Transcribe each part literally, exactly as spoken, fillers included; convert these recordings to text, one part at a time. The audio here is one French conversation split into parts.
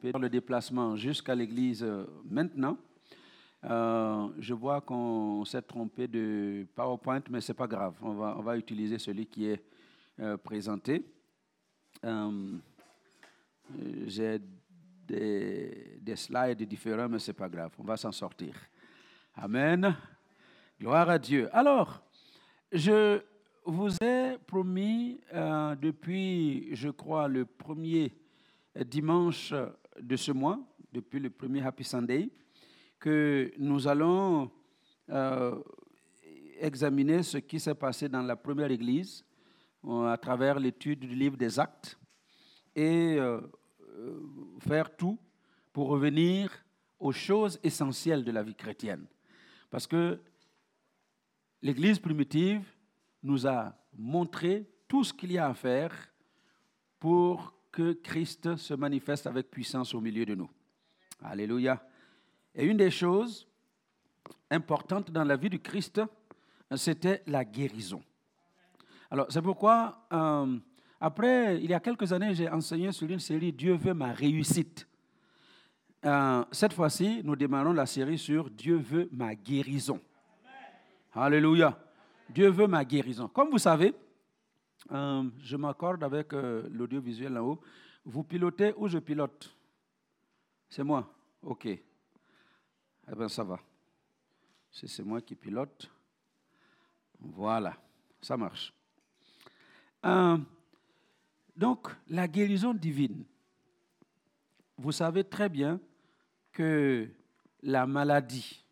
trompé dans le déplacement jusqu'à l'église euh, maintenant. Euh, je vois qu'on s'est trompé de PowerPoint, mais ce n'est pas grave. On va, on va utiliser celui qui est euh, présenté. Euh, j'ai des, des slides différents, mais ce n'est pas grave. On va s'en sortir. Amen. Gloire à Dieu. Alors, je vous ai promis euh, depuis, je crois, le premier dimanche de ce mois, depuis le premier Happy Sunday, que nous allons euh, examiner ce qui s'est passé dans la première église euh, à travers l'étude du livre des Actes et euh, euh, faire tout pour revenir aux choses essentielles de la vie chrétienne. Parce que l'église primitive nous a montré tout ce qu'il y a à faire pour que Christ se manifeste avec puissance au milieu de nous. Alléluia. Et une des choses importantes dans la vie du Christ, c'était la guérison. Alors, c'est pourquoi, euh, après, il y a quelques années, j'ai enseigné sur une série « Dieu veut ma réussite ». Euh, cette fois-ci, nous démarrons la série sur « Dieu veut ma guérison ». Alléluia. Dieu veut ma guérison. Comme vous savez, euh, je m'accorde avec euh, l'audiovisuel là-haut. Vous pilotez ou je pilote? C'est moi? OK. Eh bien, ça va. C'est, c'est moi qui pilote. Voilà, ça marche. Euh, donc, la guérison divine. Vous savez très bien que la maladie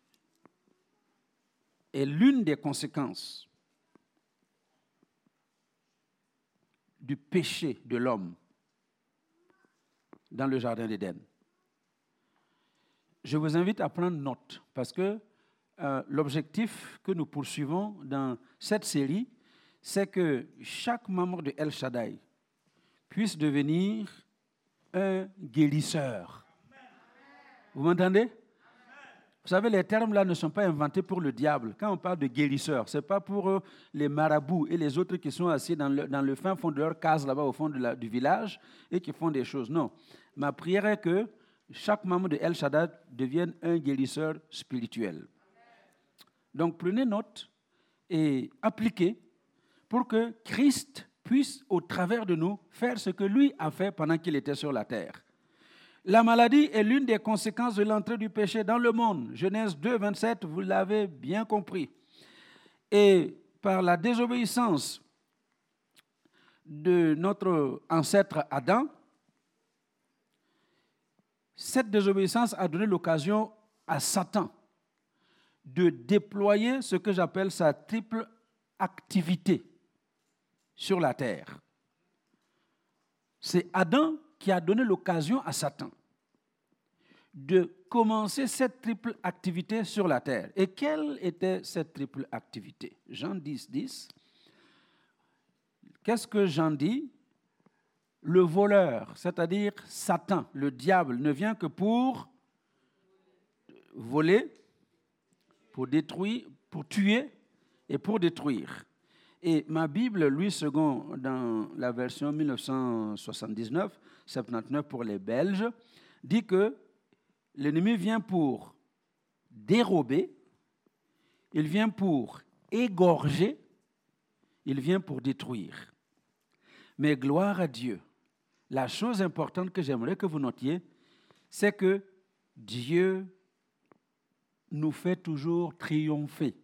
est l'une des conséquences du péché de l'homme dans le jardin d'Éden. Je vous invite à prendre note parce que euh, l'objectif que nous poursuivons dans cette série, c'est que chaque membre de El Shaddai puisse devenir un guérisseur. Vous m'entendez? Vous savez, les termes là ne sont pas inventés pour le diable. Quand on parle de guérisseur, ce n'est pas pour euh, les marabouts et les autres qui sont assis dans le, dans le fin fond de leur case là-bas au fond de la, du village et qui font des choses. Non. Ma prière est que chaque membre de El Shaddai devienne un guérisseur spirituel. Donc prenez note et appliquez pour que Christ puisse, au travers de nous, faire ce que lui a fait pendant qu'il était sur la terre. La maladie est l'une des conséquences de l'entrée du péché dans le monde. Genèse deux, vingt-sept, vous l'avez bien compris. Et par la désobéissance de notre ancêtre Adam, cette désobéissance a donné l'occasion à Satan de déployer ce que j'appelle sa triple activité sur la terre. C'est Adam qui a donné l'occasion à Satan de commencer cette triple activité sur la terre. Et quelle était cette triple activité? Jean dix, dix. Qu'est-ce que Jean dit? Le voleur, c'est-à-dire Satan, le diable, ne vient que pour voler, pour détruire, pour tuer et pour détruire. Et ma Bible, Louis second, dans la version dix-neuf cent soixante-dix-neuf, soixante-dix-neuf pour les Belges, dit que l'ennemi vient pour dérober, il vient pour égorger, il vient pour détruire. Mais gloire à Dieu, la chose importante que j'aimerais que vous notiez, c'est que Dieu nous fait toujours triompher.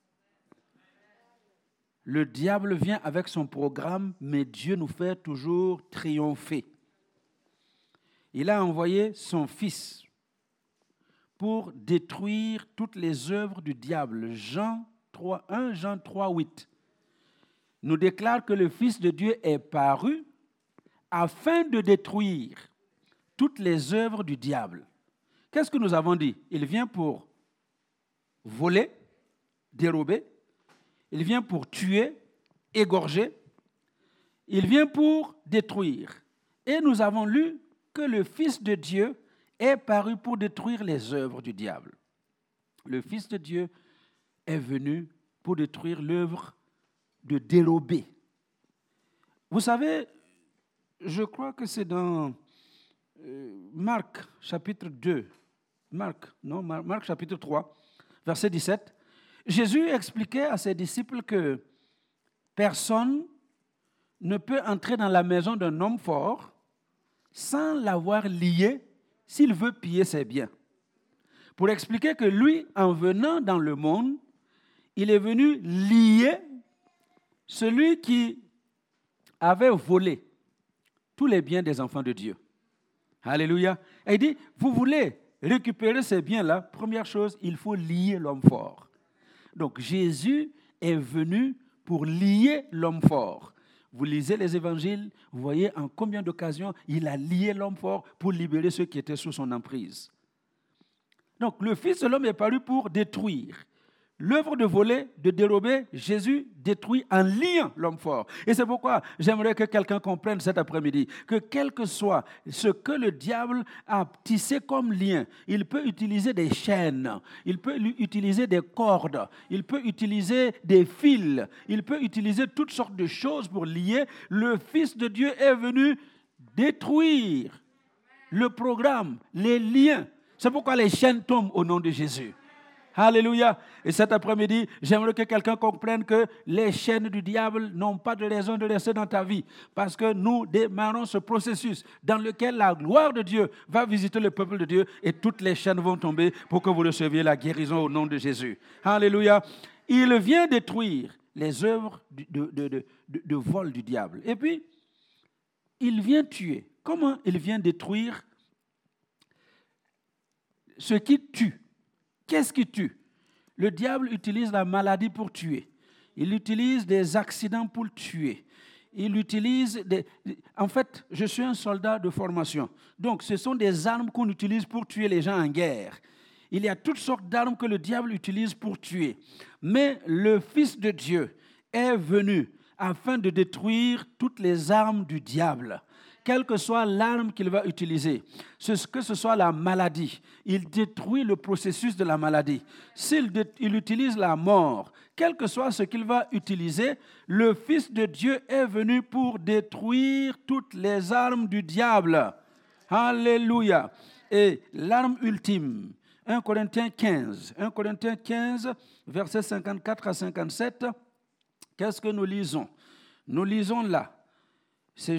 Le diable vient avec son programme, mais Dieu nous fait toujours triompher. Il a envoyé son Fils pour détruire toutes les œuvres du diable. Jean trois, un Jean trois, huit nous déclare que le Fils de Dieu est paru afin de détruire toutes les œuvres du diable. Qu'est-ce que nous avons dit? Il vient pour voler, dérober, il vient pour tuer, égorger, il vient pour détruire. Et nous avons lu que le Fils de Dieu est paru pour détruire les œuvres du diable. Le Fils de Dieu est venu pour détruire l'œuvre de dérober. Vous savez, je crois que c'est dans euh, Marc chapitre deux, Marc, non, Marc, Marc chapitre trois, verset dix-sept, Jésus expliquait à ses disciples que personne ne peut entrer dans la maison d'un homme fort sans l'avoir lié s'il veut piller ses biens. Pour expliquer que lui, en venant dans le monde, il est venu lier celui qui avait volé tous les biens des enfants de Dieu. Alléluia. Et il dit, vous voulez récupérer ces biens-là, première chose, il faut lier l'homme fort. Donc Jésus est venu pour lier l'homme fort. Vous lisez les évangiles, vous voyez en combien d'occasions il a lié l'homme fort pour libérer ceux qui étaient sous son emprise. Donc le Fils de l'homme est paru pour détruire. L'œuvre de voler, de dérober, Jésus détruit en liant l'homme fort. Et c'est pourquoi j'aimerais que quelqu'un comprenne cet après-midi que quel que soit ce que le diable a tissé comme lien, il peut utiliser des chaînes, il peut utiliser des cordes, il peut utiliser des fils, il peut utiliser toutes sortes de choses pour lier. Le Fils de Dieu est venu détruire le programme, les liens. C'est pourquoi les chaînes tombent au nom de Jésus. Alléluia. Et cet après-midi, j'aimerais que quelqu'un comprenne que les chaînes du diable n'ont pas de raison de rester dans ta vie. Parce que nous démarrons ce processus dans lequel la gloire de Dieu va visiter le peuple de Dieu et toutes les chaînes vont tomber pour que vous receviez la guérison au nom de Jésus. Alléluia. Il vient détruire les œuvres de, de, de, de, de vol du diable. Et puis, il vient tuer. Comment il vient détruire ce qui tue? Qu'est-ce qui tue? Le diable utilise la maladie pour tuer. Il utilise des accidents pour tuer. Il utilise des... En fait, je suis un soldat de formation. Donc, ce sont des armes qu'on utilise pour tuer les gens en guerre. Il y a toutes sortes d'armes que le diable utilise pour tuer. Mais le Fils de Dieu est venu afin de détruire toutes les armes du diable. Quelle que soit l'arme qu'il va utiliser, que ce soit la maladie, il détruit le processus de la maladie. S'il il utilise la mort, quel que soit ce qu'il va utiliser, le Fils de Dieu est venu pour détruire toutes les armes du diable. Alléluia. Et l'arme ultime, un Corinthiens quinze, un Corinthiens quinze, versets cinquante-quatre à cinquante-sept, qu'est-ce que nous lisons? Nous lisons là. C'est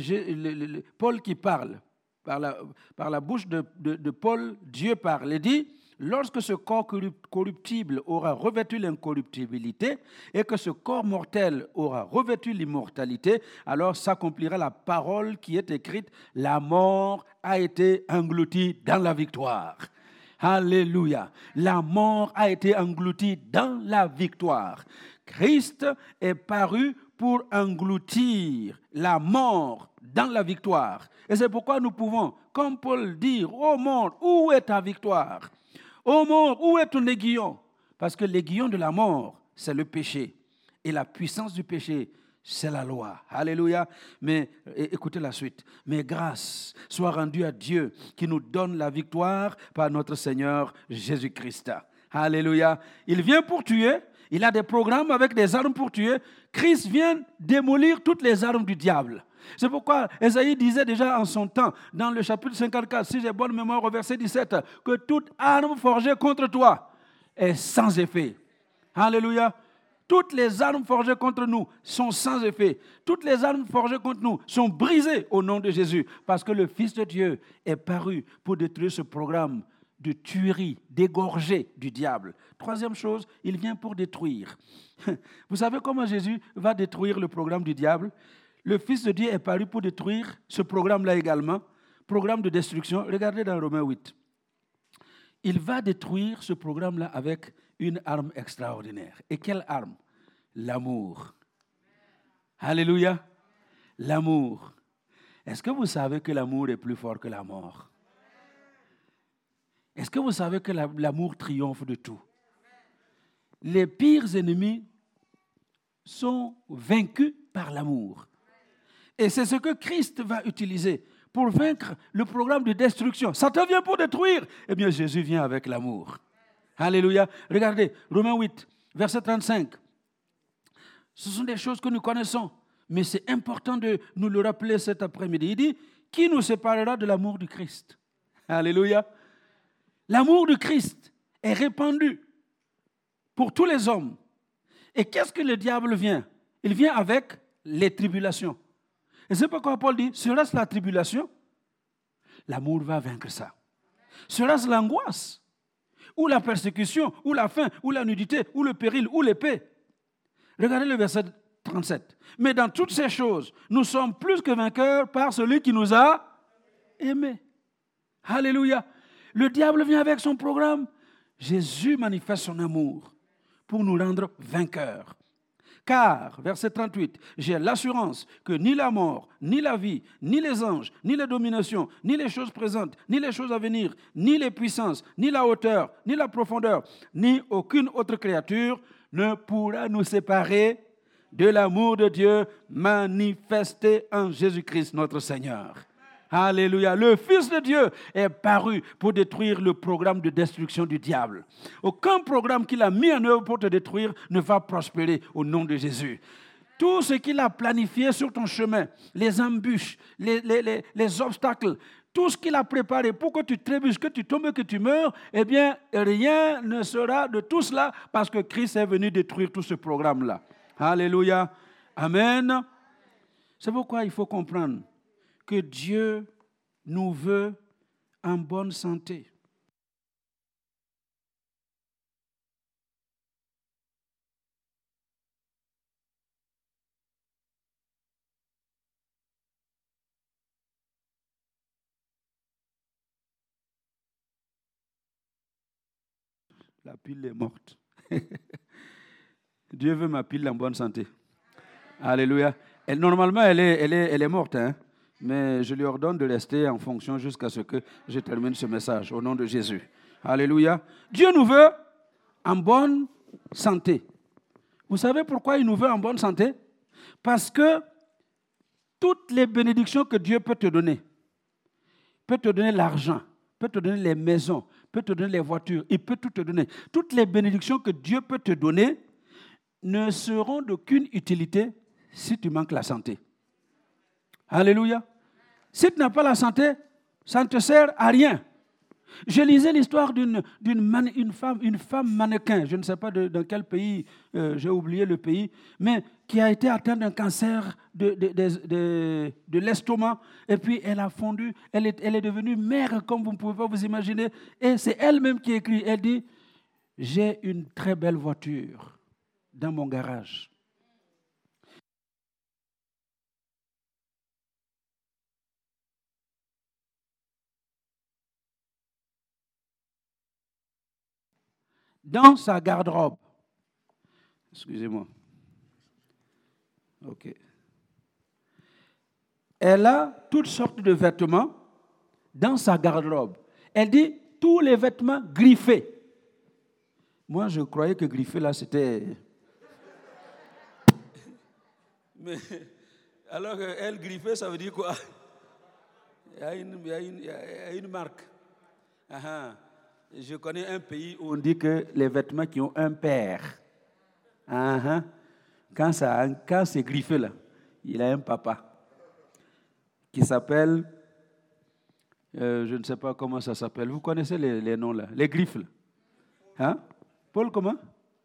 Paul qui parle, par la, par la bouche de, de, de Paul, Dieu parle et dit, lorsque ce corps corruptible aura revêtu l'incorruptibilité et que ce corps mortel aura revêtu l'immortalité, alors s'accomplira la parole qui est écrite, la mort a été engloutie dans la victoire. Alléluia. La mort a été engloutie dans la victoire. Christ est paru pour engloutir la mort dans la victoire. Et c'est pourquoi nous pouvons, comme Paul, dire, ô mort, où est ta victoire? Ô mort, où est ton aiguillon? Parce que l'aiguillon de la mort, c'est le péché. Et la puissance du péché, c'est la loi. Alléluia. Mais écoutez la suite. Mais grâce soit rendue à Dieu qui nous donne la victoire par notre Seigneur Jésus-Christ. Alléluia. Il vient pour tuer. Il a des programmes avec des armes pour tuer. Christ vient démolir toutes les armes du diable. C'est pourquoi Ésaïe disait déjà en son temps, dans le chapitre cinquante-quatre, si j'ai bonne mémoire au verset dix-sept, que toute arme forgée contre toi est sans effet. Alléluia. Toutes les armes forgées contre nous sont sans effet. Toutes les armes forgées contre nous sont brisées au nom de Jésus. Parce que le Fils de Dieu est paru pour détruire ce programme de tuerie, d'égorger du diable. Troisième chose, il vient pour détruire. Vous savez comment Jésus va détruire le programme du diable? Le Fils de Dieu est paru pour détruire ce programme-là également, programme de destruction. Regardez dans Romains huit. Il va détruire ce programme-là avec une arme extraordinaire. Et quelle arme? L'amour. Alléluia. L'amour. Est-ce que vous savez que l'amour est plus fort que la mort? Est-ce que vous savez que l'amour triomphe de tout? Les pires ennemis sont vaincus par l'amour. Et c'est ce que Christ va utiliser pour vaincre le programme de destruction. Satan vient pour détruire. Eh bien, Jésus vient avec l'amour. Alléluia. Regardez, Romains huit, verset trente-cinq. Ce sont des choses que nous connaissons, mais c'est important de nous le rappeler cet après-midi. Il dit, Qui nous séparera de l'amour du Christ? Alléluia. L'amour du Christ est répandu pour tous les hommes. Et qu'est-ce que le diable vient? Il vient avec les tribulations. Et c'est pourquoi Paul dit, sera-ce la tribulation? L'amour va vaincre ça. Sera-ce l'angoisse? Ou la persécution? Ou la faim? Ou la nudité? Ou le péril? Ou l'épée? Regardez le verset trente-sept. Mais dans toutes ces choses, nous sommes plus que vainqueurs par celui qui nous a aimés. Alléluia. Le diable vient avec son programme. Jésus manifeste son amour pour nous rendre vainqueurs. Car, verset trente-huit, j'ai l'assurance que ni la mort, ni la vie, ni les anges, ni les dominations, ni les choses présentes, ni les choses à venir, ni les puissances, ni la hauteur, ni la profondeur, ni aucune autre créature ne pourra nous séparer de l'amour de Dieu manifesté en Jésus-Christ notre Seigneur. Alléluia. Le Fils de Dieu est paru pour détruire le programme de destruction du diable. Aucun programme qu'il a mis en œuvre pour te détruire ne va prospérer au nom de Jésus. Tout ce qu'il a planifié sur ton chemin, les embûches, les, les, les, les obstacles, tout ce qu'il a préparé pour que tu trébuches, que tu tombes, que tu meurs, eh bien, rien ne sera de tout cela parce que Christ est venu détruire tout ce programme-là. Alléluia. Amen. C'est pourquoi il faut comprendre que Dieu nous veut en bonne santé. La pile est morte. Dieu veut ma pile en bonne santé. Alléluia. Et normalement, elle est, elle est, elle est morte, hein? Mais je lui ordonne de rester en fonction jusqu'à ce que je termine ce message, au nom de Jésus. Alléluia. Dieu nous veut en bonne santé. Vous savez pourquoi il nous veut en bonne santé? Parce que toutes les bénédictions que Dieu peut te donner, peut te donner l'argent, peut te donner les maisons, peut te donner les voitures, il peut tout te donner. Toutes les bénédictions que Dieu peut te donner ne seront d'aucune utilité si tu manques la santé. Alléluia. Si tu n'as pas la santé, ça ne te sert à rien. Je lisais l'histoire d'une, d'une man, une femme, une femme mannequin, je ne sais pas de, dans quel pays, euh, j'ai oublié le pays, mais qui a été atteinte d'un cancer de, de, de, de, de l'estomac, et puis elle a fondu, elle est, elle est devenue mère comme vous ne pouvez pas vous imaginer, et c'est elle-même qui écrit, elle dit, j'ai une très belle voiture dans mon garage. Dans sa garde-robe. Excusez-moi. OK. Elle a toutes sortes de vêtements dans sa garde-robe. Elle dit tous les vêtements griffés. Moi, je croyais que griffé, là, c'était... Mais alors qu'elle griffée, ça veut dire quoi? Il y a une, il y a une, il y a une marque. Ah, je connais un pays où on dit que les vêtements qui ont un père, ah, quand, ça, quand c'est griffé là, il a un papa qui s'appelle, euh, je ne sais pas comment ça s'appelle. Vous connaissez les, les noms là, les griffes là. Hein? Paul comment?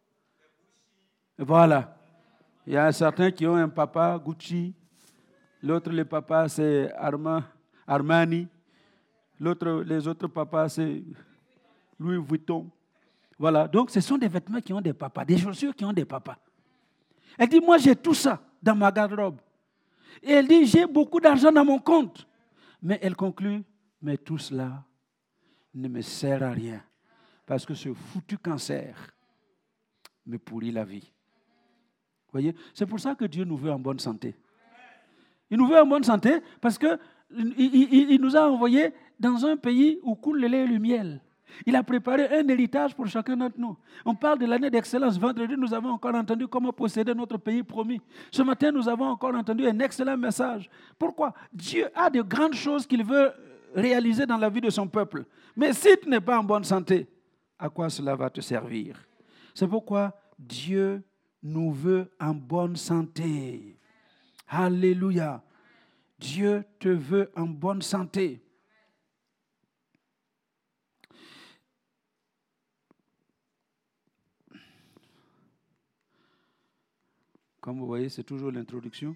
Voilà. Il y a certains qui ont un papa Gucci, l'autre le papa c'est Arma, Armani, l'autre les autres papas c'est Louis Vuitton. Voilà, donc ce sont des vêtements qui ont des papas, des chaussures qui ont des papas. Elle dit, moi j'ai tout ça dans ma garde-robe. Et elle dit, j'ai beaucoup d'argent dans mon compte. Mais elle conclut, mais tout cela ne me sert à rien. Parce que ce foutu cancer me pourrit la vie. Vous voyez, c'est pour ça que Dieu nous veut en bonne santé. Il nous veut en bonne santé parce qu'il il, il, il nous a envoyés dans un pays où coule le lait et le miel. Il a préparé un héritage pour chacun d'entre nous. On parle de l'année d'excellence. Vendredi, nous avons encore entendu comment posséder notre pays promis. Ce matin, nous avons encore entendu un excellent message. Pourquoi? Dieu a de grandes choses qu'il veut réaliser dans la vie de son peuple. Mais si tu n'es pas en bonne santé, à quoi cela va te servir? C'est pourquoi Dieu nous veut en bonne santé. Alléluia. Dieu te veut en bonne santé. Comme vous voyez, c'est toujours l'introduction.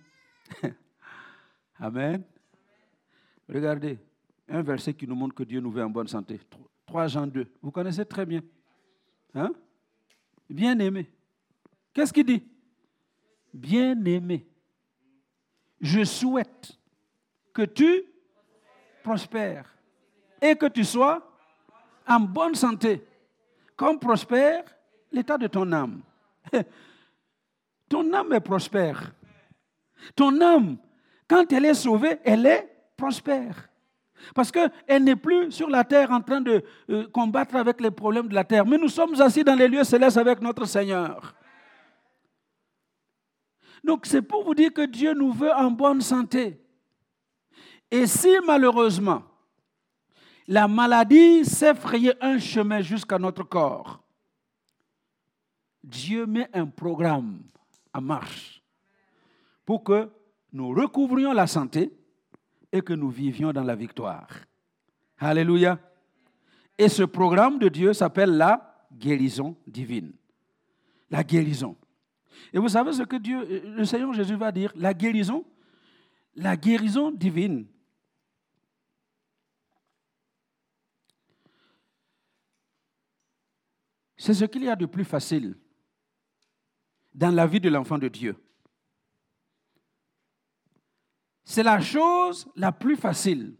Amen. Regardez, un verset qui nous montre que Dieu nous veut en bonne santé. trois Jean deux. Vous connaissez très bien. Hein? Bien-aimé. Qu'est-ce qu'il dit? Bien-aimé. Je souhaite que tu prospères et que tu sois en bonne santé, comme prospère l'état de ton âme. Ton âme est prospère. Ton âme, quand elle est sauvée, elle est prospère. Parce qu'elle n'est plus sur la terre en train de euh, combattre avec les problèmes de la terre. Mais nous sommes assis dans les lieux célestes avec notre Seigneur. Donc c'est pour vous dire que Dieu nous veut en bonne santé. Et si malheureusement, la maladie s'est frayé un chemin jusqu'à notre corps, Dieu met un programme en marche pour que nous recouvrions la santé et que nous vivions dans la victoire. Alléluia. Et ce programme de Dieu s'appelle la guérison divine. La guérison. Et vous savez ce que Dieu, le Seigneur Jésus va dire? La guérison, la guérison divine. C'est ce qu'il y a de plus facile dans la vie de l'enfant de Dieu. C'est la chose la plus facile.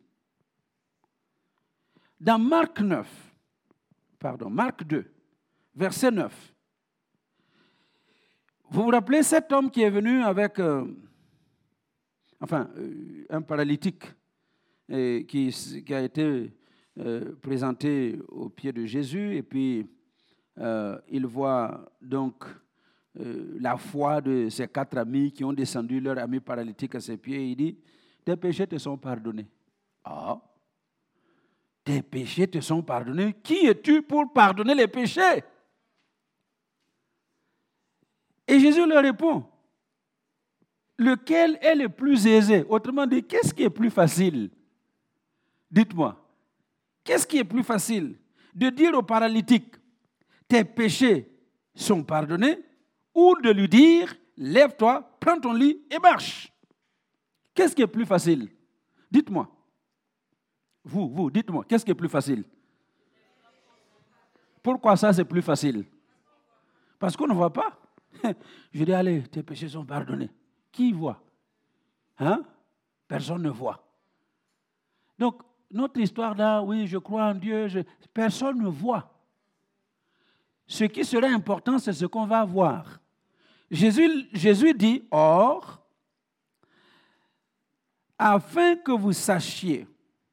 Dans Marc neuf, pardon, Marc deux, verset neuf, vous vous rappelez cet homme qui est venu avec, euh, enfin, euh, un paralytique et qui, qui a été euh, présenté aux pieds de Jésus et puis euh, il voit donc euh, la foi de ses quatre amis qui ont descendu leur ami paralytique à ses pieds et il dit, tes péchés te sont pardonnés. Ah, tes péchés te sont pardonnés. Qui es-tu pour pardonner les péchés? Et Jésus leur répond, lequel est le plus aisé? Autrement dit, qu'est-ce qui est plus facile? Dites-moi, qu'est-ce qui est plus facile? De dire au paralytique, tes péchés sont pardonnés, ou de lui dire, lève-toi, prends ton lit et marche. Qu'est-ce qui est plus facile? Dites-moi. Vous, vous, dites-moi, qu'est-ce qui est plus facile? Pourquoi ça c'est plus facile? Parce qu'on ne voit pas. Je dis, allez, tes péchés sont pardonnés. Qui voit? Hein? Personne ne voit. Donc, notre histoire là, oui, je crois en Dieu, je... personne ne voit. Ce qui serait important, c'est ce qu'on va voir. Jésus, Jésus dit, or, afin que vous sachiez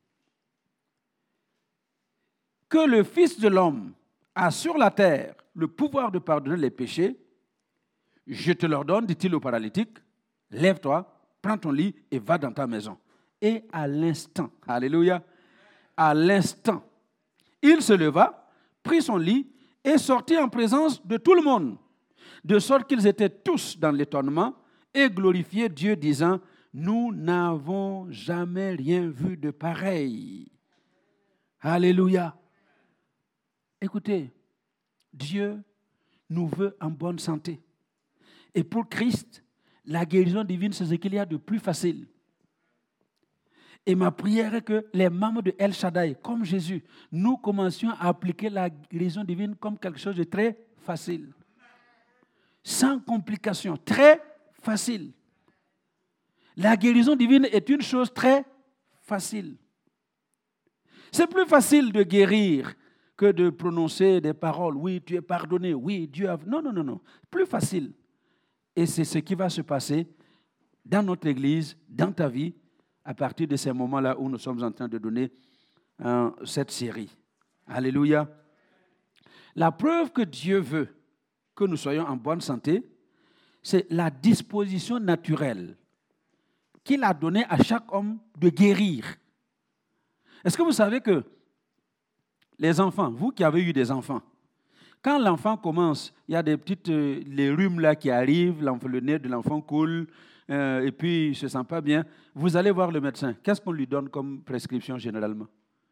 que le Fils de l'homme a sur la terre le pouvoir de pardonner les péchés, je te l'ordonne, dit-il au paralytique, lève-toi, prends ton lit et va dans ta maison. Et à l'instant, alléluia, à l'instant, il se leva, prit son lit et sortit en présence de tout le monde, de sorte qu'ils étaient tous dans l'étonnement et glorifiaient Dieu, disant, nous n'avons jamais rien vu de pareil. Alléluia. Écoutez, Dieu nous veut en bonne santé. Et pour Christ, la guérison divine, c'est ce qu'il y a de plus facile. Et ma prière est que les membres de El Shaddai, comme Jésus, nous commencions à appliquer la guérison divine comme quelque chose de très facile. Sans complications, très facile. La guérison divine est une chose très facile. C'est plus facile de guérir que de prononcer des paroles. Oui, tu es pardonné. Oui, Dieu a... Non, non, non, non. Plus facile. Et c'est ce qui va se passer dans notre Église, dans ta vie, à partir de ces moments-là où nous sommes en train de donner hein, cette série. Alléluia. La preuve que Dieu veut que nous soyons en bonne santé, c'est la disposition naturelle qu'il a donnée à chaque homme de guérir. Est-ce que vous savez que les enfants, vous qui avez eu des enfants, quand l'enfant commence, il y a des petites, euh, les rhumes là qui arrivent, le nez de l'enfant coule, euh, et puis il ne se sent pas bien, vous allez voir le médecin. Qu'est-ce qu'on lui donne comme prescription généralement?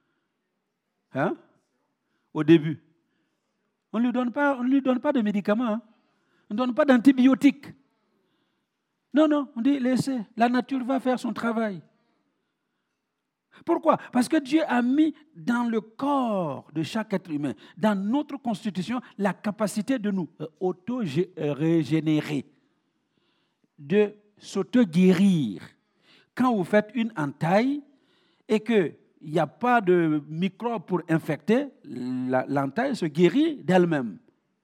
Hein? Au début. On ne lui donne pas, on ne lui donne pas de médicaments. Hein? On ne donne pas d'antibiotiques. Non, non, on dit laissez, la nature va faire son travail. Pourquoi? Parce que Dieu a mis dans le corps de chaque être humain, dans notre constitution, la capacité de nous auto-régénérer, de s'auto-guérir. Quand vous faites une entaille et qu'il n'y a pas de microbes pour infecter, l'entaille se guérit d'elle-même.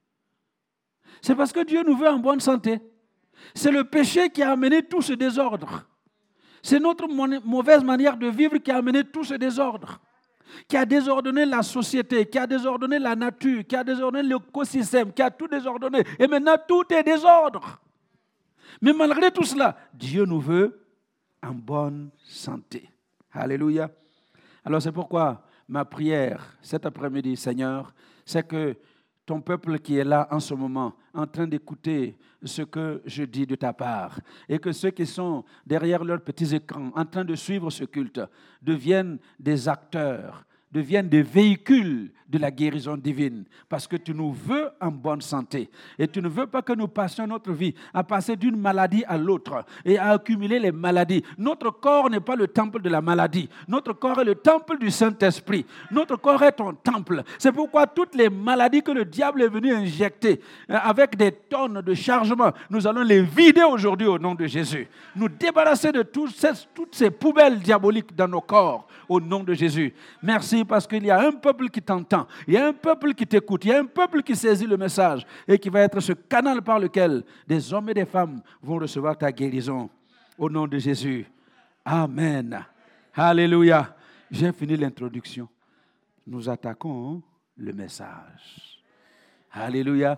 C'est parce que Dieu nous veut en bonne santé. C'est le péché qui a amené tout ce désordre. C'est notre mauvaise manière de vivre qui a amené tout ce désordre, qui a désordonné la société, qui a désordonné la nature, qui a désordonné l'écosystème, qui a tout désordonné. Et maintenant, tout est désordre. Mais malgré tout cela, Dieu nous veut en bonne santé. Alléluia. Alors c'est pourquoi ma prière cet après-midi, Seigneur, c'est que ton peuple qui est là en ce moment, en train d'écouter ce que je dis de ta part, et que ceux qui sont derrière leurs petits écrans, en train de suivre ce culte, deviennent des acteurs, deviennent des véhicules de la guérison divine, parce que tu nous veux en bonne santé, et tu ne veux pas que nous passions notre vie à passer d'une maladie à l'autre, et à accumuler les maladies. Notre corps n'est pas le temple de la maladie, notre corps est le temple du Saint-Esprit, notre corps est ton temple. C'est pourquoi toutes les maladies que le diable est venu injecter, avec des tonnes de chargement, nous allons les vider aujourd'hui au nom de Jésus. Nous débarrasser de toutes ces, toutes ces poubelles diaboliques dans nos corps, au nom de Jésus. Merci parce qu'il y a un peuple qui t'entend, il y a un peuple qui t'écoute, il y a un peuple qui saisit le message et qui va être ce canal par lequel des hommes et des femmes vont recevoir ta guérison. Au nom de Jésus. Amen. Alléluia. J'ai fini l'introduction. Nous attaquons le message. Alléluia.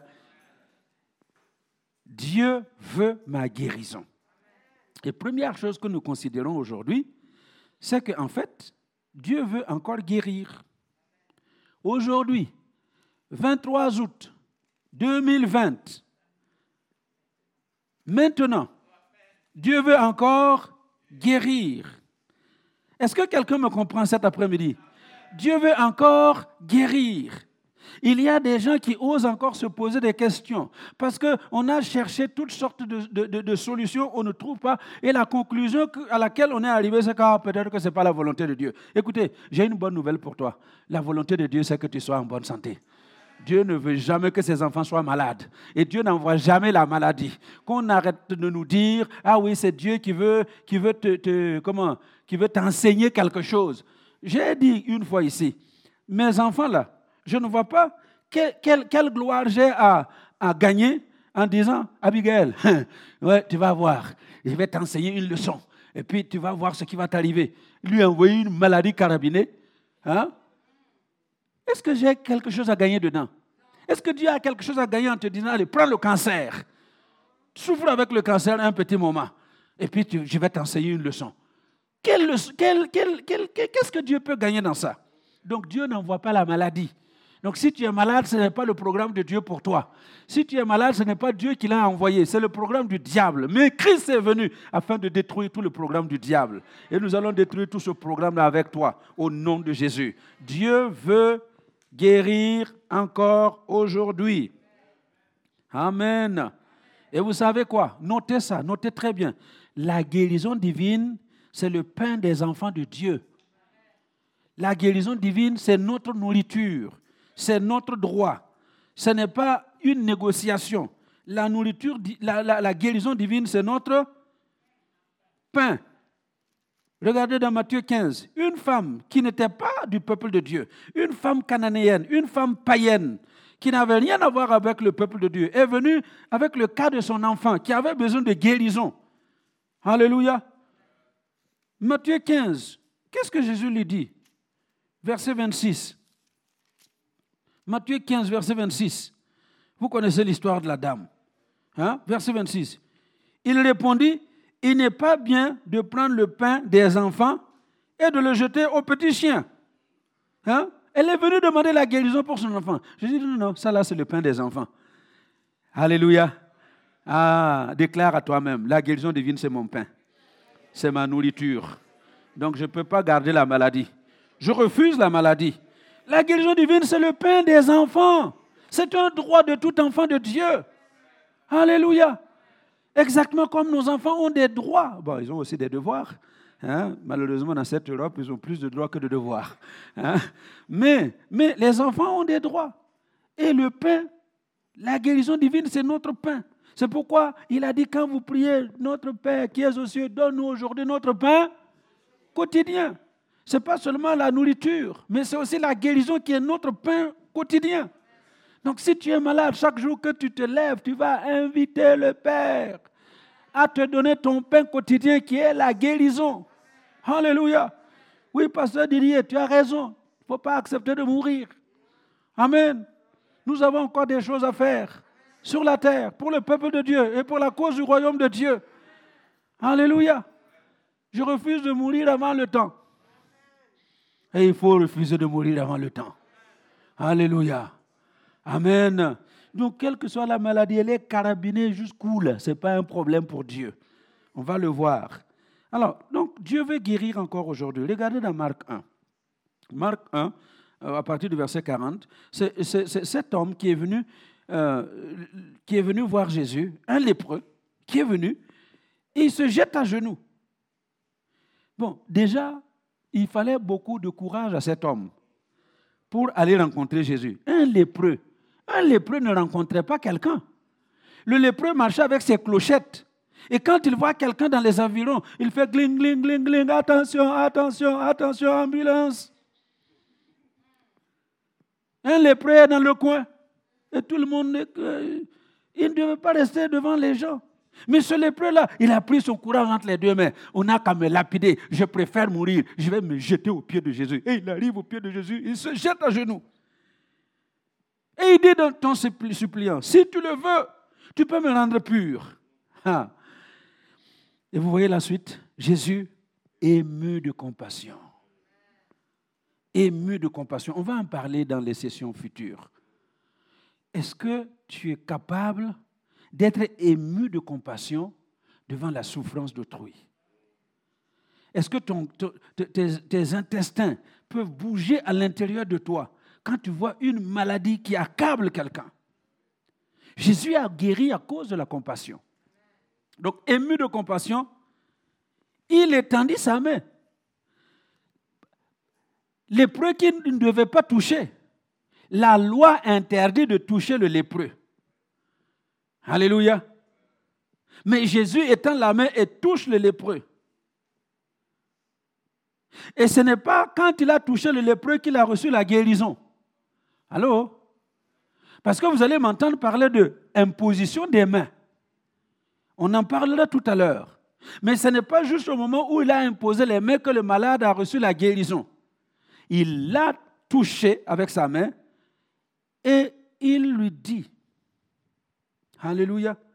Dieu veut ma guérison. Et première chose que nous considérons aujourd'hui, c'est qu'en fait, Dieu veut encore guérir. Aujourd'hui, vingt-trois août deux mille vingt, maintenant, Dieu veut encore guérir. Est-ce que quelqu'un me comprend cet après-midi? Dieu veut encore guérir. Il y a des gens qui osent encore se poser des questions parce qu'on a cherché toutes sortes de, de, de, de solutions, on ne trouve pas. Et la conclusion à laquelle on est arrivé, c'est que ah, peut-être que ce n'est pas la volonté de Dieu. Écoutez, j'ai une bonne nouvelle pour toi. La volonté de Dieu, c'est que tu sois en bonne santé. Dieu ne veut jamais que ses enfants soient malades. Et Dieu n'envoie jamais la maladie. Qu'on arrête de nous dire, ah oui, c'est Dieu qui veut, qui veut te, te, comment, qui veut t'enseigner quelque chose. J'ai dit une fois ici, mes enfants là, je ne vois pas quelle, quelle, quelle gloire j'ai à, à gagner en disant, Abigail, ouais, tu vas voir, je vais t'enseigner une leçon. Et puis tu vas voir ce qui va t'arriver. Lui envoyer une maladie carabinée. Hein? Est-ce que j'ai quelque chose à gagner dedans? Est-ce que Dieu a quelque chose à gagner en te disant, allez, prends le cancer. Souffre avec le cancer un petit moment. Et puis tu, je vais t'enseigner une leçon. Quelle, quelle, quelle, quelle, qu'est-ce que Dieu peut gagner dans ça? Donc Dieu n'envoie pas la maladie. Donc si tu es malade, ce n'est pas le programme de Dieu pour toi. Si tu es malade, ce n'est pas Dieu qui l'a envoyé, c'est le programme du diable. Mais Christ est venu afin de détruire tout le programme du diable. Et nous allons détruire tout ce programme-là avec toi, au nom de Jésus. Dieu veut guérir encore aujourd'hui. Amen. Et vous savez quoi? Notez ça, notez très bien. La guérison divine, c'est le pain des enfants de Dieu. La guérison divine, c'est notre nourriture. C'est notre droit. Ce n'est pas une négociation. La nourriture, la, la, la guérison divine, c'est notre pain. Regardez dans Matthieu quinze. Une femme qui n'était pas du peuple de Dieu, une femme cananéenne, une femme païenne, qui n'avait rien à voir avec le peuple de Dieu, est venue avec le cas de son enfant qui avait besoin de guérison. Alléluia. Matthieu quinze. Qu'est-ce que Jésus lui dit? Verset vingt-six. Matthieu quinze, verset vingt-six. Vous connaissez l'histoire de la dame. Hein? Verset vingt-six. Il répondit, il n'est pas bien de prendre le pain des enfants et de le jeter aux petits chiens. Hein? Elle est venue demander la guérison pour son enfant. Je dis, non, non, ça là, c'est le pain des enfants. Alléluia. Ah, déclare à toi-même, la guérison divine, c'est mon pain. C'est ma nourriture. Donc, je ne peux pas garder la maladie. Je refuse la maladie. La guérison divine, c'est le pain des enfants. C'est un droit de tout enfant de Dieu. Alléluia. Exactement comme nos enfants ont des droits. Bon, ils ont aussi des devoirs. Hein? Malheureusement, dans cette Europe, ils ont plus de droits que de devoirs. Hein? Mais, mais les enfants ont des droits. Et le pain, la guérison divine, c'est notre pain. C'est pourquoi il a dit, quand vous priez, notre Père qui est aux cieux, donne-nous aujourd'hui notre pain quotidien. Ce n'est pas seulement la nourriture, mais c'est aussi la guérison qui est notre pain quotidien. Donc si tu es malade, chaque jour que tu te lèves, tu vas inviter le Père à te donner ton pain quotidien qui est la guérison. Alléluia. Oui, pasteur Didier, tu as raison. Il ne faut pas accepter de mourir. Amen. Nous avons encore des choses à faire sur la terre, pour le peuple de Dieu et pour la cause du royaume de Dieu. Alléluia. Je refuse de mourir avant le temps. Et il faut refuser de mourir avant le temps. Alléluia. Amen. Donc, quelle que soit la maladie, elle est carabinée jusqu'où là? Ce n'est pas un problème pour Dieu. On va le voir. Alors, donc, Dieu veut guérir encore aujourd'hui. Regardez dans Marc un. Marc un, à partir du verset quarante, c'est, c'est, c'est cet homme qui est venu, euh, qui est venu voir Jésus, un lépreux, qui est venu, et il se jette à genoux. Bon, déjà, il fallait beaucoup de courage à cet homme pour aller rencontrer Jésus. Un lépreux. Un lépreux ne rencontrait pas quelqu'un. Le lépreux marchait avec ses clochettes. Et quand il voit quelqu'un dans les environs, il fait gling, gling, gling, gling, attention, attention, attention, ambulance. Un lépreux est dans le coin. Et tout le monde, euh, il ne devait pas rester devant les gens. Mais ce lépreux-là, il a pris son courage entre les deux mains. On n'a qu'à me lapider. Je préfère mourir. Je vais me jeter aux pieds de Jésus. Et il arrive aux pieds de Jésus. Il se jette à genoux. Et il dit dans ton suppliant, si tu le veux, tu peux me rendre pur. Ah. Et vous voyez la suite. Jésus, ému de compassion. Ému de compassion. On va en parler dans les sessions futures. Est-ce que tu es capable d'être ému de compassion devant la souffrance d'autrui? Est-ce que ton, ton, tes, tes intestins peuvent bouger à l'intérieur de toi quand tu vois une maladie qui accable quelqu'un? Jésus a guéri à cause de la compassion. Donc, ému de compassion, il étendit sa main. Lépreux qui ne devait pas toucher. La loi interdit de toucher le lépreux. Alléluia. Mais Jésus étend la main et touche le lépreux. Et ce n'est pas quand il a touché le lépreux qu'il a reçu la guérison. Allô? Parce que vous allez m'entendre parler de imposition des mains. On en parlera tout à l'heure. Mais ce n'est pas juste au moment où il a imposé les mains que le malade a reçu la guérison. Il l'a touché avec sa main et il lui dit, alléluia,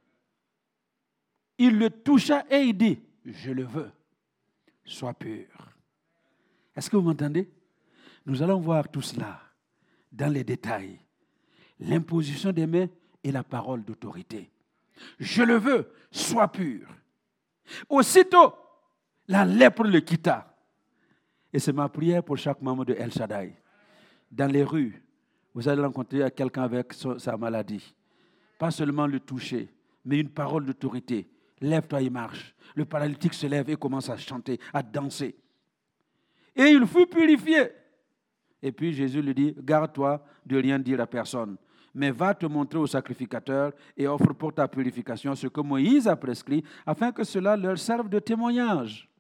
il le toucha et il dit, je le veux, sois pur. Est-ce que vous m'entendez? Nous allons voir tout cela dans les détails. L'imposition des mains et la parole d'autorité. Je le veux, sois pur. Aussitôt, la lèpre le quitta. Et c'est ma prière pour chaque membre de El Shaddai. Dans les rues, vous allez rencontrer quelqu'un avec sa maladie. Pas seulement le toucher, mais une parole d'autorité. Lève-toi et marche. Le paralytique se lève et commence à chanter, à danser. Et il fut purifié. Et puis Jésus lui dit, garde-toi de rien dire à personne, mais va te montrer au sacrificateur et offre pour ta purification ce que Moïse a prescrit, afin que cela leur serve de témoignage.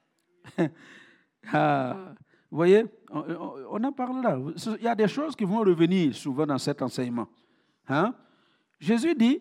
Ah, vous voyez, on, on, on en parlera. Il y a des choses qui vont revenir souvent dans cet enseignement. Hein? Jésus dit,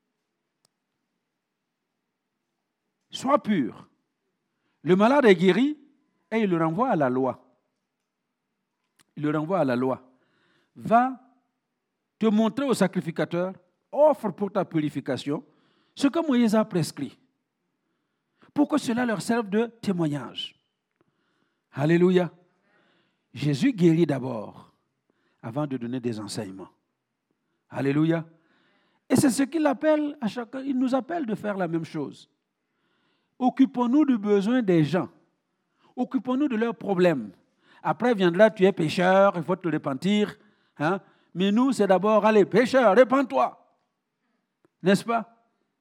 sois pur. Le malade est guéri et il le renvoie à la loi. Il le renvoie à la loi. Va te montrer au sacrificateur, offre pour ta purification ce que Moïse a prescrit, pour que cela leur serve de témoignage. Alléluia. Jésus guérit d'abord avant de donner des enseignements. Alléluia. Et c'est ce qu'il appelle à chacun. Il nous appelle de faire la même chose. Occupons-nous du besoin des gens. Occupons-nous de leurs problèmes. Après viendra, tu es pécheur, il faut te repentir. Hein? Mais nous, c'est d'abord, allez, pécheur, repens-toi. N'est-ce pas?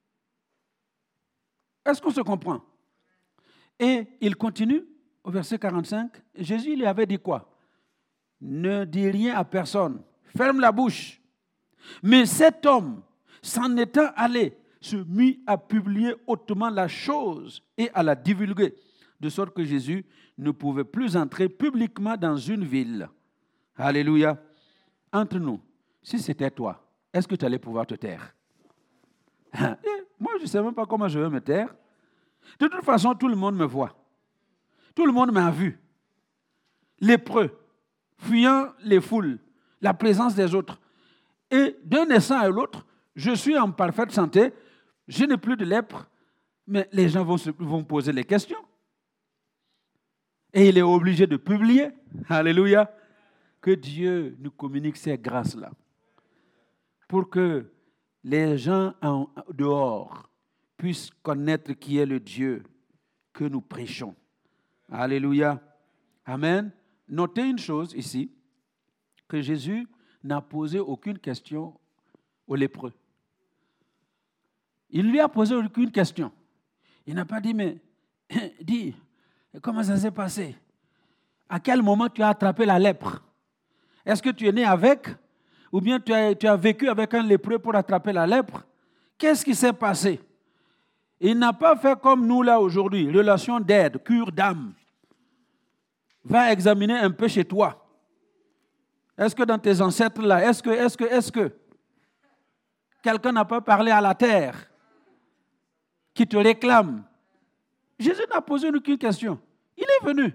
Est-ce qu'on se comprend? Et il continue au verset quarante-cinq. Jésus lui avait dit quoi? Ne dis rien à personne. Ferme la bouche. Mais cet homme, s'en étant allé, se mit à publier hautement la chose et à la divulguer, de sorte que Jésus ne pouvait plus entrer publiquement dans une ville. Alléluia. Entre nous, si c'était toi, est-ce que tu allais pouvoir te taire? Moi, je ne sais même pas comment je vais me taire. De toute façon, tout le monde me voit. Tout le monde m'a vu. Lépreux, fuyant les foules, la présence des autres. Et d'un instant à l'autre, je suis en parfaite santé, je n'ai plus de lèpre, mais les gens vont se vont poser les questions. Et il est obligé de publier. Alléluia. Que Dieu nous communique ces grâces-là. Pour que les gens en dehors puissent connaître qui est le Dieu que nous prêchons. Alléluia. Amen. Notez une chose ici, que Jésus n'a posé aucune question au lépreux. Il ne lui a posé aucune question. Il n'a pas dit, mais dis, comment ça s'est passé? À quel moment tu as attrapé la lèpre? Est-ce que tu es né avec? Ou bien tu as, tu as vécu avec un lépreux pour attraper la lèpre? Qu'est-ce qui s'est passé? Il n'a pas fait comme nous là aujourd'hui, relation d'aide, cure d'âme. Va examiner un peu chez toi. Est-ce que dans tes ancêtres là, est-ce que, est-ce que, est-ce que quelqu'un n'a pas parlé à la terre qui te réclame? Jésus n'a posé aucune question. Il est venu.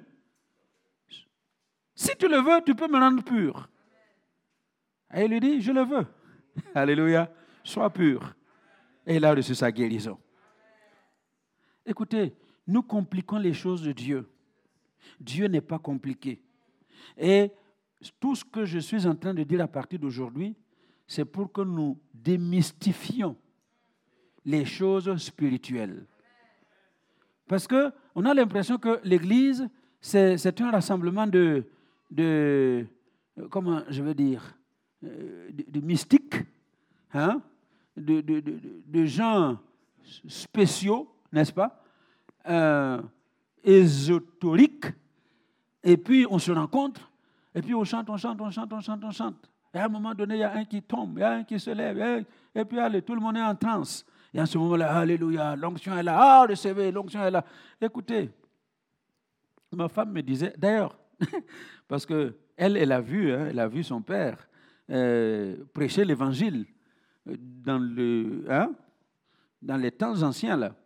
Si tu le veux, tu peux me rendre pur. Et il lui dit, je le veux. Alléluia. Sois pur. Et il a reçu sa guérison. Écoutez, nous compliquons les choses de Dieu. Dieu n'est pas compliqué. Et tout ce que je suis en train de dire à partir d'aujourd'hui, c'est pour que nous démystifions les choses spirituelles. Parce qu'on a l'impression que l'Église, c'est, c'est un rassemblement de, de, comment je veux dire, de, de mystiques, hein? de, de, de, de gens spéciaux, n'est-ce pas, euh, ésotériques, et puis on se rencontre, et puis on chante, on chante, on chante, on chante, on chante. Et à un moment donné, il y a un qui tombe, il y a un qui se lève, et puis allez, tout le monde est en transe. Et en ce moment-là, alléluia, l'onction est là, ah, recevez, l'onction est là. Écoutez, ma femme me disait, d'ailleurs, parce qu'elle, elle a vu, hein, elle a vu son père euh, prêcher l'évangile dans, le, hein, dans les temps anciens, là.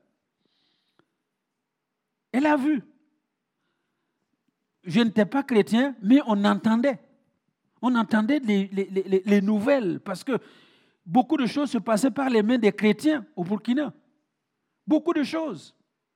Elle a vu. Je n'étais pas chrétien, mais on entendait. On entendait les, les, les, les nouvelles, parce que beaucoup de choses se passaient par les mains des chrétiens au Burkina. Beaucoup de choses.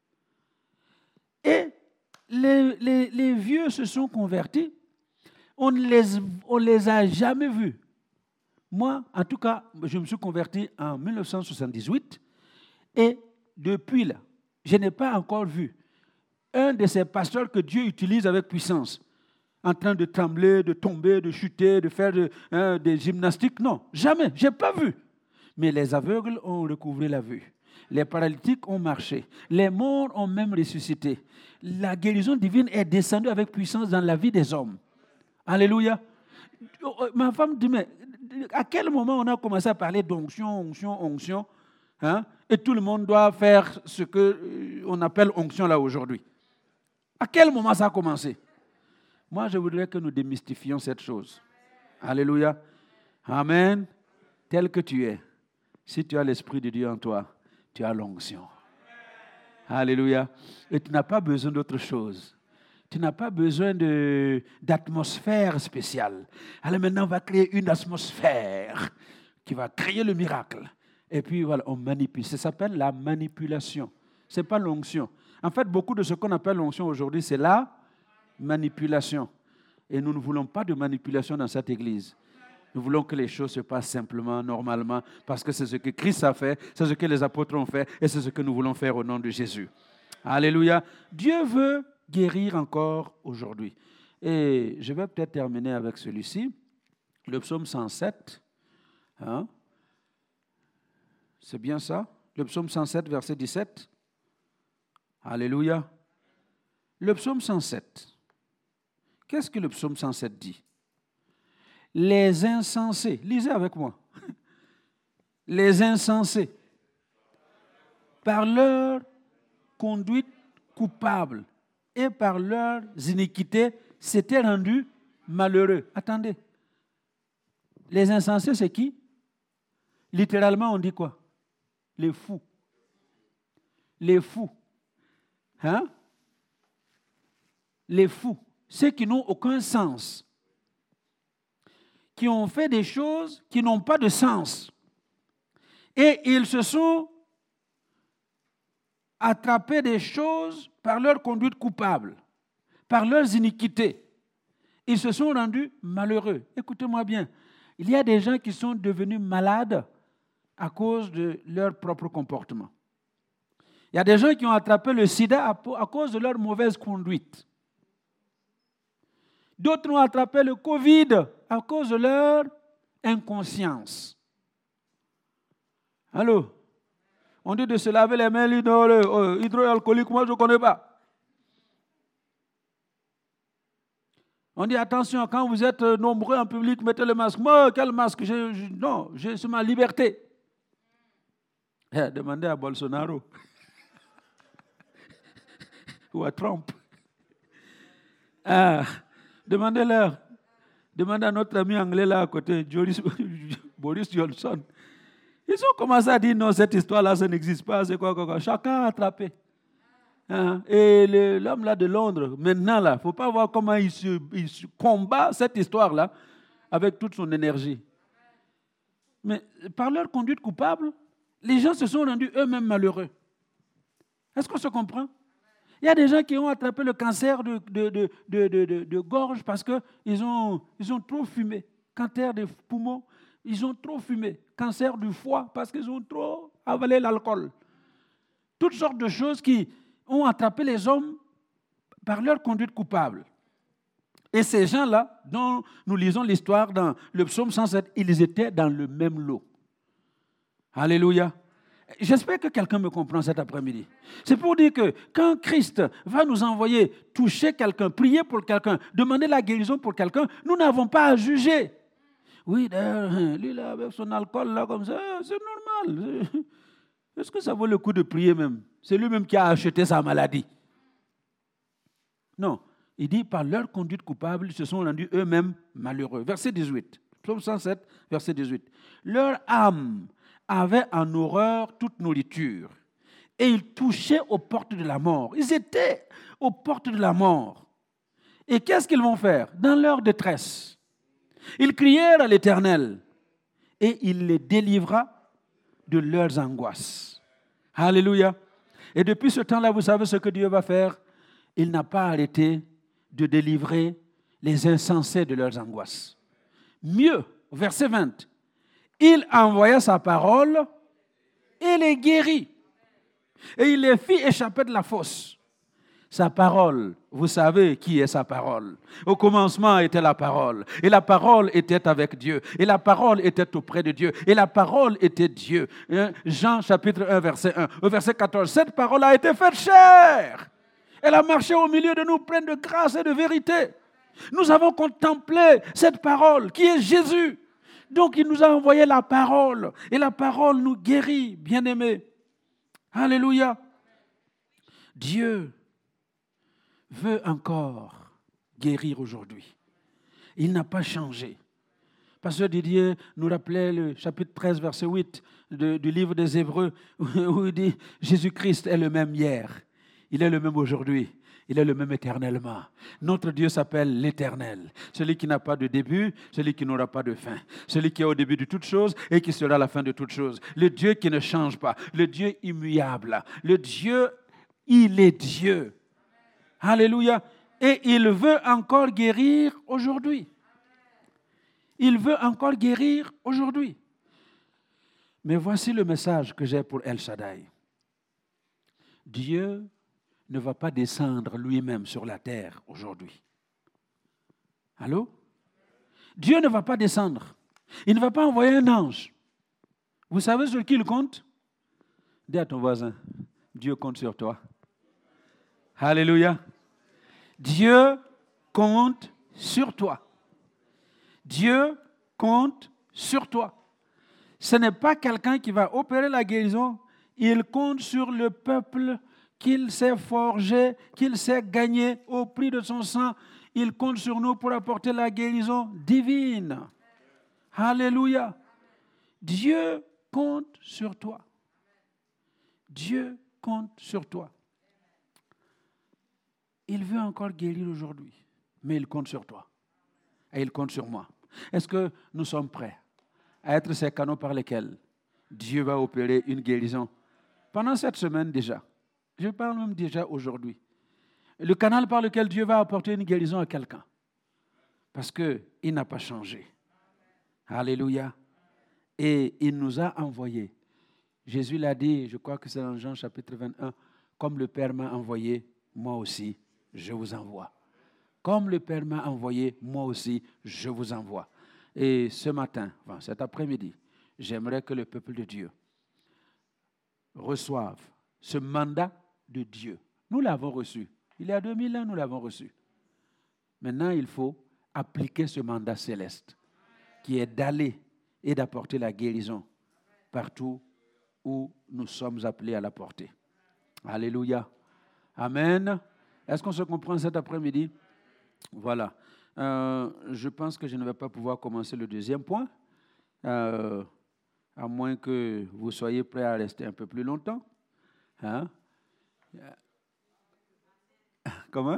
Et les, les, les vieux se sont convertis. On ne les, on les a jamais vus. Moi, en tout cas, je me suis converti en dix-neuf cent soixante-dix-huit. Et depuis là, je n'ai pas encore vu un de ces pasteurs que Dieu utilise avec puissance, en train de trembler, de tomber, de chuter, de faire de, hein, des gymnastiques. Non, jamais, je n'ai pas vu. Mais les aveugles ont recouvré la vue. Les paralytiques ont marché. Les morts ont même ressuscité. La guérison divine est descendue avec puissance dans la vie des hommes. Alléluia. Ma femme dit, mais à quel moment on a commencé à parler d'onction, onction, onction, hein, et tout le monde doit faire ce qu'on appelle onction là aujourd'hui? À quel moment ça a commencé? Moi, je voudrais que nous démystifions cette chose. Alléluia. Amen. Tel que tu es, si tu as l'Esprit de Dieu en toi, tu as l'onction. Alléluia. Et tu n'as pas besoin d'autre chose. Tu n'as pas besoin de, d'atmosphère spéciale. Alors maintenant, on va créer une atmosphère qui va créer le miracle. Et puis voilà, on manipule. Ça s'appelle la manipulation. Ce n'est pas l'onction. En fait, beaucoup de ce qu'on appelle l'onction aujourd'hui, c'est la manipulation. Et nous ne voulons pas de manipulation dans cette église. Nous voulons que les choses se passent simplement, normalement, parce que c'est ce que Christ a fait, c'est ce que les apôtres ont fait, et c'est ce que nous voulons faire au nom de Jésus. Alléluia. Dieu veut guérir encore aujourd'hui. Et je vais peut-être terminer avec celui-ci, le psaume cent sept. Hein? C'est bien ça? Le psaume cent sept, verset dix-sept. Alléluia. Le psaume cent sept. Qu'est-ce que le psaume cent sept dit? Les insensés, lisez avec moi. Les insensés, par leur conduite coupable et par leurs iniquités, s'étaient rendus malheureux. Attendez. Les insensés, c'est qui? Littéralement, on dit quoi? Les fous. Les fous. Hein? Les fous. Ceux qui n'ont aucun sens. Qui ont fait des choses qui n'ont pas de sens. Et ils se sont attrapés des choses par leur conduite coupable, par leurs iniquités. Ils se sont rendus malheureux. Écoutez-moi bien. Il y a des gens qui sont devenus malades à cause de leur propre comportement. Il y a des gens qui ont attrapé le sida à cause de leur mauvaise conduite. D'autres ont attrapé le Covid à cause de leur inconscience. Allô? On dit de se laver les mains hydroalcoolique, moi je ne connais pas. On dit attention, quand vous êtes nombreux en public, mettez le masque. Moi, quel masque? je, je, Non, j'ai c'est ma liberté. Eh, demandez à Bolsonaro ou à Trump. Ah, demandez-leur. Demandez à notre ami anglais là à côté, Boris, Boris Johnson. Ils ont commencé à dire non, cette histoire-là, ça n'existe pas. C'est quoi, quoi, quoi. Chacun a attrapé. Hein? Et le, l'homme là de Londres, maintenant là, il ne faut pas voir comment il se, il se combat cette histoire-là avec toute son énergie. Mais par leur conduite coupable, les gens se sont rendus eux-mêmes malheureux. Est-ce qu'on se comprend? Il y a des gens qui ont attrapé le cancer de, de, de, de, de, de, de gorge parce qu'ils ont, ils ont trop fumé. Cancer des poumons, ils ont trop fumé. Cancer du foie parce qu'ils ont trop avalé l'alcool. Toutes sortes de choses qui ont attrapé les hommes par leur conduite coupable. Et ces gens-là, dont nous lisons l'histoire dans le psaume cent sept, ils étaient dans le même lot. Alléluia. J'espère que quelqu'un me comprend cet après-midi. C'est pour dire que quand Christ va nous envoyer toucher quelqu'un, prier pour quelqu'un, demander la guérison pour quelqu'un, nous n'avons pas à juger. Oui, d'ailleurs, lui là, avec son alcool là comme ça, c'est normal. Est-ce que ça vaut le coup de prier même? C'est lui-même qui a acheté sa maladie. Non, il dit par leur conduite coupable, ils se sont rendus eux-mêmes malheureux. Verset dix-huit, psaume cent sept, verset dix-huit. Leur âme avait en horreur toute nourriture et ils touchaient aux portes de la mort. Ils étaient aux portes de la mort. Et qu'est-ce qu'ils vont faire? Dans leur détresse, ils crièrent à l'Éternel et il les délivra de leurs angoisses. Alléluia. Et depuis ce temps-là, vous savez ce que Dieu va faire? Il n'a pas arrêté de délivrer les insensés de leurs angoisses. Mieux, verset vingt, il envoya sa parole et les guérit. Et il les fit échapper de la fosse. Sa parole, vous savez qui est sa parole. Au commencement était la parole. Et la parole était avec Dieu. Et la parole était auprès de Dieu. Et la parole était Dieu. Jean chapitre un, verset un. Au verset quatorze, cette parole a été faite chair. Elle a marché au milieu de nous, pleine de grâce et de vérité. Nous avons contemplé cette parole qui est Jésus. Donc il nous a envoyé la parole. Et la parole nous guérit, bien-aimés. Alléluia. Dieu veut encore guérir aujourd'hui. Il n'a pas changé. Pasteur Didier nous rappelait le chapitre treize, verset huit de, du livre des Hébreux, où il dit « Jésus-Christ est le même hier, il est le même aujourd'hui, il est le même éternellement. Notre Dieu s'appelle l'Éternel, celui qui n'a pas de début, celui qui n'aura pas de fin, celui qui est au début de toutes choses et qui sera à la fin de toutes choses. Le Dieu qui ne change pas, le Dieu immuable, le Dieu, il est Dieu. » Alléluia. Et il veut encore guérir aujourd'hui. Il veut encore guérir aujourd'hui. Mais voici le message que j'ai pour El Shaddai. Dieu ne va pas descendre lui-même sur la terre aujourd'hui. Allô? Dieu ne va pas descendre. Il ne va pas envoyer un ange. Vous savez sur qui il compte? Dis à ton voisin, Dieu compte sur toi. Alléluia. Dieu compte sur toi. Dieu compte sur toi. Ce n'est pas quelqu'un qui va opérer la guérison. Il compte sur le peuple qu'il s'est forgé, qu'il s'est gagné au prix de son sang. Il compte sur nous pour apporter la guérison divine. Alléluia. Dieu compte sur toi. Dieu compte sur toi. Il veut encore guérir aujourd'hui, mais il compte sur toi. Et il compte sur moi. Est-ce que nous sommes prêts à être ces canaux par lesquels Dieu va opérer une guérison pendant cette semaine déjà? Je parle même déjà aujourd'hui. Le canal par lequel Dieu va apporter une guérison à quelqu'un. Parce qu'il n'a pas changé. Alléluia. Et il nous a envoyés. Jésus l'a dit, je crois que c'est dans Jean chapitre vingt-et-un, comme le Père m'a envoyé, moi aussi, je vous envoie. Comme le Père m'a envoyé, moi aussi, je vous envoie. Et ce matin, enfin, cet après-midi, j'aimerais que le peuple de Dieu reçoive ce mandat de Dieu. Nous l'avons reçu. Il y a deux mille ans, nous l'avons reçu. Maintenant, il faut appliquer ce mandat céleste qui est d'aller et d'apporter la guérison partout où nous sommes appelés à la porter. Alléluia. Amen. Est-ce qu'on se comprend cet après-midi? Voilà. Euh, je pense que je ne vais pas pouvoir commencer le deuxième point, euh, à moins que vous soyez prêts à rester un peu plus longtemps. Hein? Comment?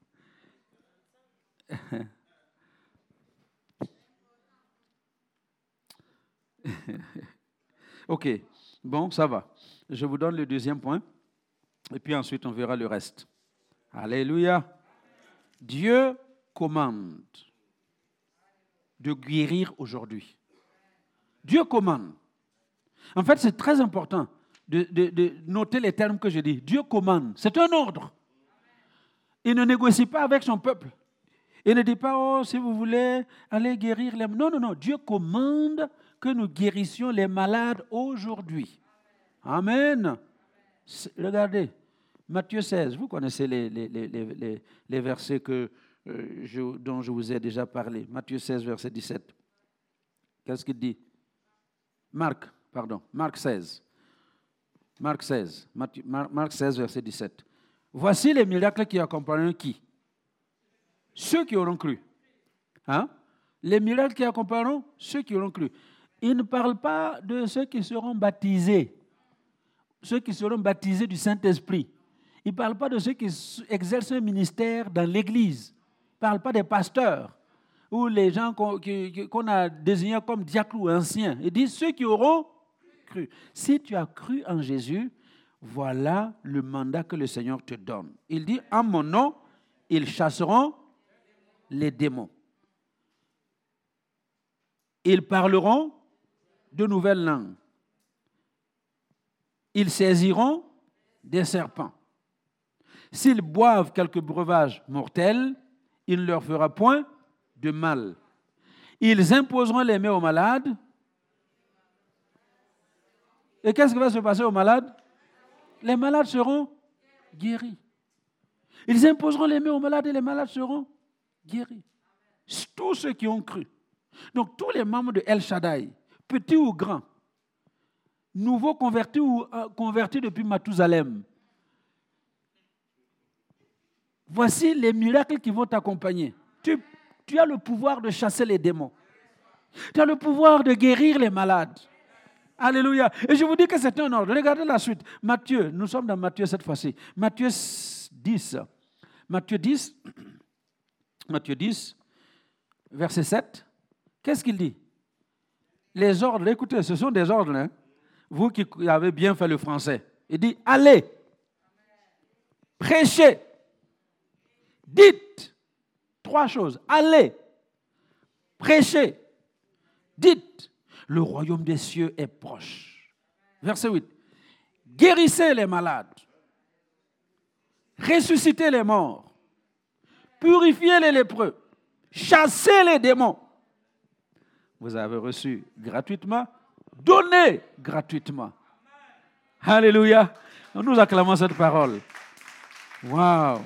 OK. Bon, ça va. Je vous donne le deuxième point, et puis ensuite on verra le reste. Alléluia. Dieu commande de guérir aujourd'hui. Dieu commande. En fait, c'est très important de, de, de noter les termes que je dis. Dieu commande. C'est un ordre. Il ne négocie pas avec son peuple. Il ne dit pas, oh, si vous voulez aller guérir les... Non, non, non. Dieu commande que nous guérissions les malades aujourd'hui. Amen. Regardez, Matthieu seize, vous connaissez les, les, les, les, les versets que, euh, je, dont je vous ai déjà parlé. Matthieu seize, verset dix-sept. Qu'est-ce qu'il dit? Marc, pardon, Marc seize. Marc seize, Matthieu, Mar, Marc seize, verset dix-sept. Voici les miracles qui accompagneront qui? Ceux qui auront cru. Hein? Les miracles qui accompagneront ceux qui auront cru. Il ne parle pas de ceux qui seront baptisés. Ceux qui seront baptisés du Saint-Esprit. Il ne parle pas de ceux qui exercent un ministère dans l'Église. Il ne parle pas des pasteurs ou les gens qu'on, qu'on a désignés comme diacres ou anciens. Il dit ceux qui auront cru. Si tu as cru en Jésus, voilà le mandat que le Seigneur te donne. Il dit, en mon nom, ils chasseront les démons. Ils parleront de nouvelles langues. Ils saisiront des serpents. S'ils boivent quelques breuvages mortels, il ne leur fera point de mal. Ils imposeront les mains aux malades. Et qu'est-ce qui va se passer aux malades? Les malades seront guéris. Ils imposeront les mains aux malades et les malades seront guéris. Tous ceux qui ont cru. Donc tous les membres de El Shaddai, petits ou grands, nouveaux convertis ou euh, convertis depuis Mathusalem, voici les miracles qui vont t'accompagner. Tu, tu as le pouvoir de chasser les démons. Tu as le pouvoir de guérir les malades. Alléluia. Et je vous dis que c'est un ordre. Regardez la suite. Matthieu, nous sommes dans Matthieu cette fois-ci. Matthieu dix. Matthieu dix, Matthieu dix, verset sept. Qu'est-ce qu'il dit? Les ordres, écoutez, ce sont des ordres, hein? Vous qui avez bien fait le français. Il dit, allez, prêchez, dites trois choses. Allez, prêchez, Dites, le royaume des cieux est proche. Verset huit. Guérissez les malades. Ressuscitez les morts. Purifiez les lépreux. Chassez les démons. Vous avez reçu gratuitement. Donnez gratuitement. Alléluia. Nous acclamons cette parole. Wow.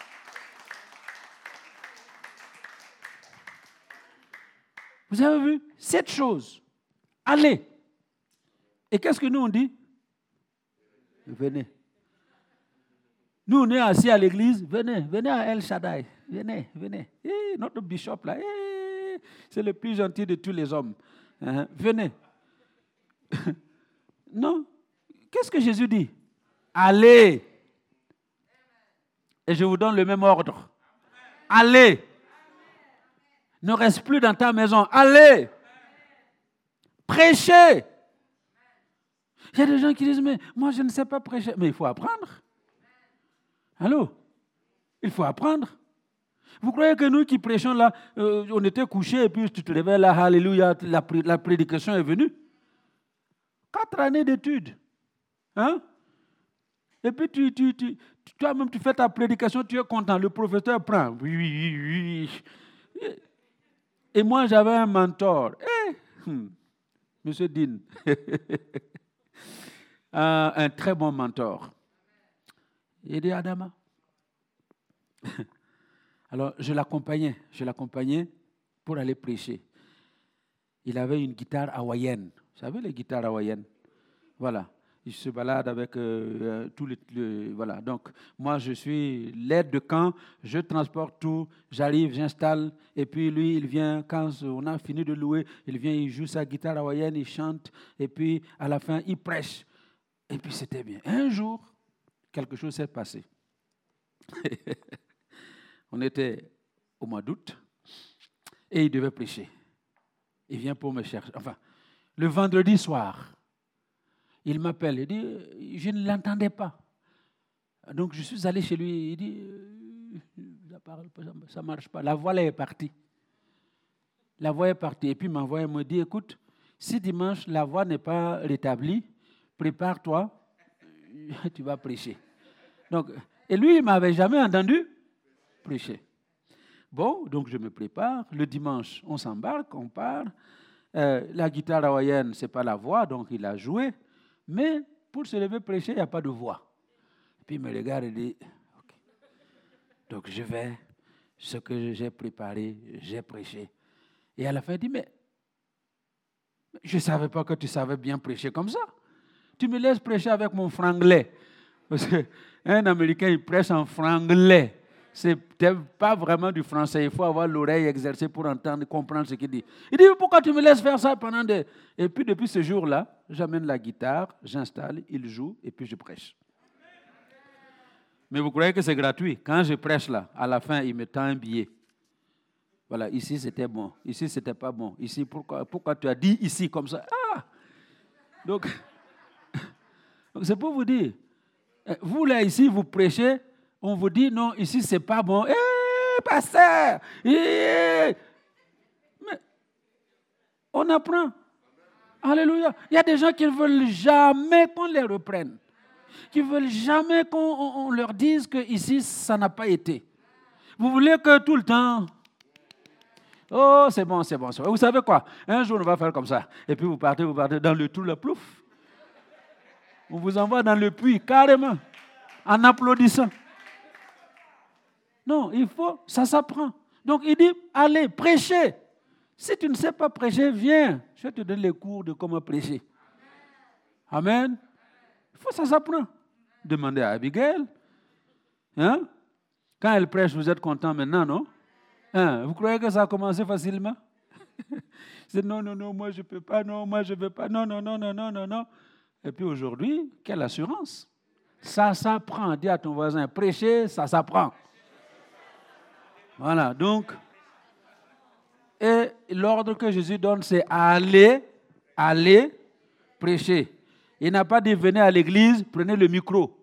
Vous avez vu cette chose. Allez. Et qu'est-ce que nous on dit? Venez. Nous on est assis à l'église. Venez, venez à El Shaddai. Venez, venez. Eh, notre bishop là, eh, c'est le plus gentil de tous les hommes. Hein, venez. Non. Qu'est-ce que Jésus dit? Allez. Et je vous donne le même ordre. Allez. Ne reste plus dans ta maison. Allez. Prêchez. Il y a des gens qui disent, mais moi je ne sais pas prêcher. Mais il faut apprendre. Allô? Il faut apprendre. Vous croyez que nous qui prêchons là, euh, on était couchés et puis tu te réveilles là, alléluia, la, la prédication est venue? Quatre années d'études. Hein? Et puis tu, tu, tu, toi-même tu fais ta prédication, tu es content, le professeur prend. Oui, oui, oui, oui. Et moi j'avais un mentor. Eh, hmm, Monsieur Dean. un, un très bon mentor. Il dit Adama. Alors je l'accompagnais, je l'accompagnais pour aller prêcher. Il avait une guitare hawaïenne. Vous savez les guitares hawaïennes? Voilà. Il se balade avec euh, tout le, le... Voilà. Donc, moi, je suis l'aide de camp, je transporte tout, j'arrive, j'installe, et puis lui, il vient, quand on a fini de louer, il vient, il joue sa guitare hawaïenne, il chante, et puis à la fin, il prêche. Et puis c'était bien. Un jour, quelque chose s'est passé. On était au mois d'août, et il devait prêcher. Il vient pour me chercher. Enfin, le vendredi soir, il m'appelle, il dit, je ne l'entendais pas. Donc je suis allé chez lui, il dit, ça ne marche pas, la voix là est partie. La voix est partie. Et puis il m'envoie, il me dit, écoute, si dimanche la voix n'est pas rétablie, prépare-toi, tu vas prêcher. Donc, et lui, il ne m'avait jamais entendu prêcher. Bon, donc je me prépare, le dimanche, on s'embarque, on part. Euh, la guitare hawaïenne, ce n'est pas la voix, donc il a joué. Mais pour se lever prêcher, il n'y a pas de voix. Puis il me regarde et dit, okay. Donc je vais, ce que j'ai préparé, j'ai prêché. Et à la fin, il dit, mais je ne savais pas que tu savais bien prêcher comme ça. Tu me laisses prêcher avec mon franglais. Parce qu'un Américain, il prêche en franglais. Ce n'est pas vraiment du français. Il faut avoir l'oreille exercée pour entendre, comprendre ce qu'il dit. Il dit, pourquoi tu me laisses faire ça pendant des... Et puis depuis ce jour-là, j'amène la guitare, j'installe, il joue et puis je prêche. Mais vous croyez que c'est gratuit? Quand je prêche là, à la fin, il me tend un billet. Voilà, ici c'était bon, ici c'était pas bon. Ici, pourquoi, pourquoi tu as dit ici comme ça? Ah! Donc, donc c'est pour vous dire, vous là ici, vous prêchez, on vous dit non, ici c'est pas bon. Eh, pasteur! Eh! Mais on apprend. Alléluia. Il y a des gens qui ne veulent jamais qu'on les reprenne. Qui ne veulent jamais qu'on on, on leur dise que ici ça n'a pas été. Vous voulez que tout le temps... Oh, c'est bon, c'est bon, c'est bon. Vous savez quoi? Un jour, on va faire comme ça. Et puis vous partez, vous partez dans le trou, le plouf. On vous envoie dans le puits, carrément, en applaudissant. Non, il faut, ça s'apprend. Donc il dit, allez, prêchez. Si tu ne sais pas prêcher, viens. Je te donne les cours de comment prêcher. Amen. Il faut, ça s'apprend. Demandez à Abigail. Hein? Quand elle prêche, vous êtes content maintenant, non? Hein? Vous croyez que ça a commencé facilement? C'est non, non, non, moi je ne peux pas, non, moi je ne veux pas, non, non, non, non, non, non, non. Et puis aujourd'hui, quelle assurance? Ça s'apprend. Dis à ton voisin, prêcher, ça s'apprend. Voilà, donc, et l'ordre que Jésus donne, c'est aller, aller, prêcher. Il n'a pas dit, venez à l'église, prenez le micro.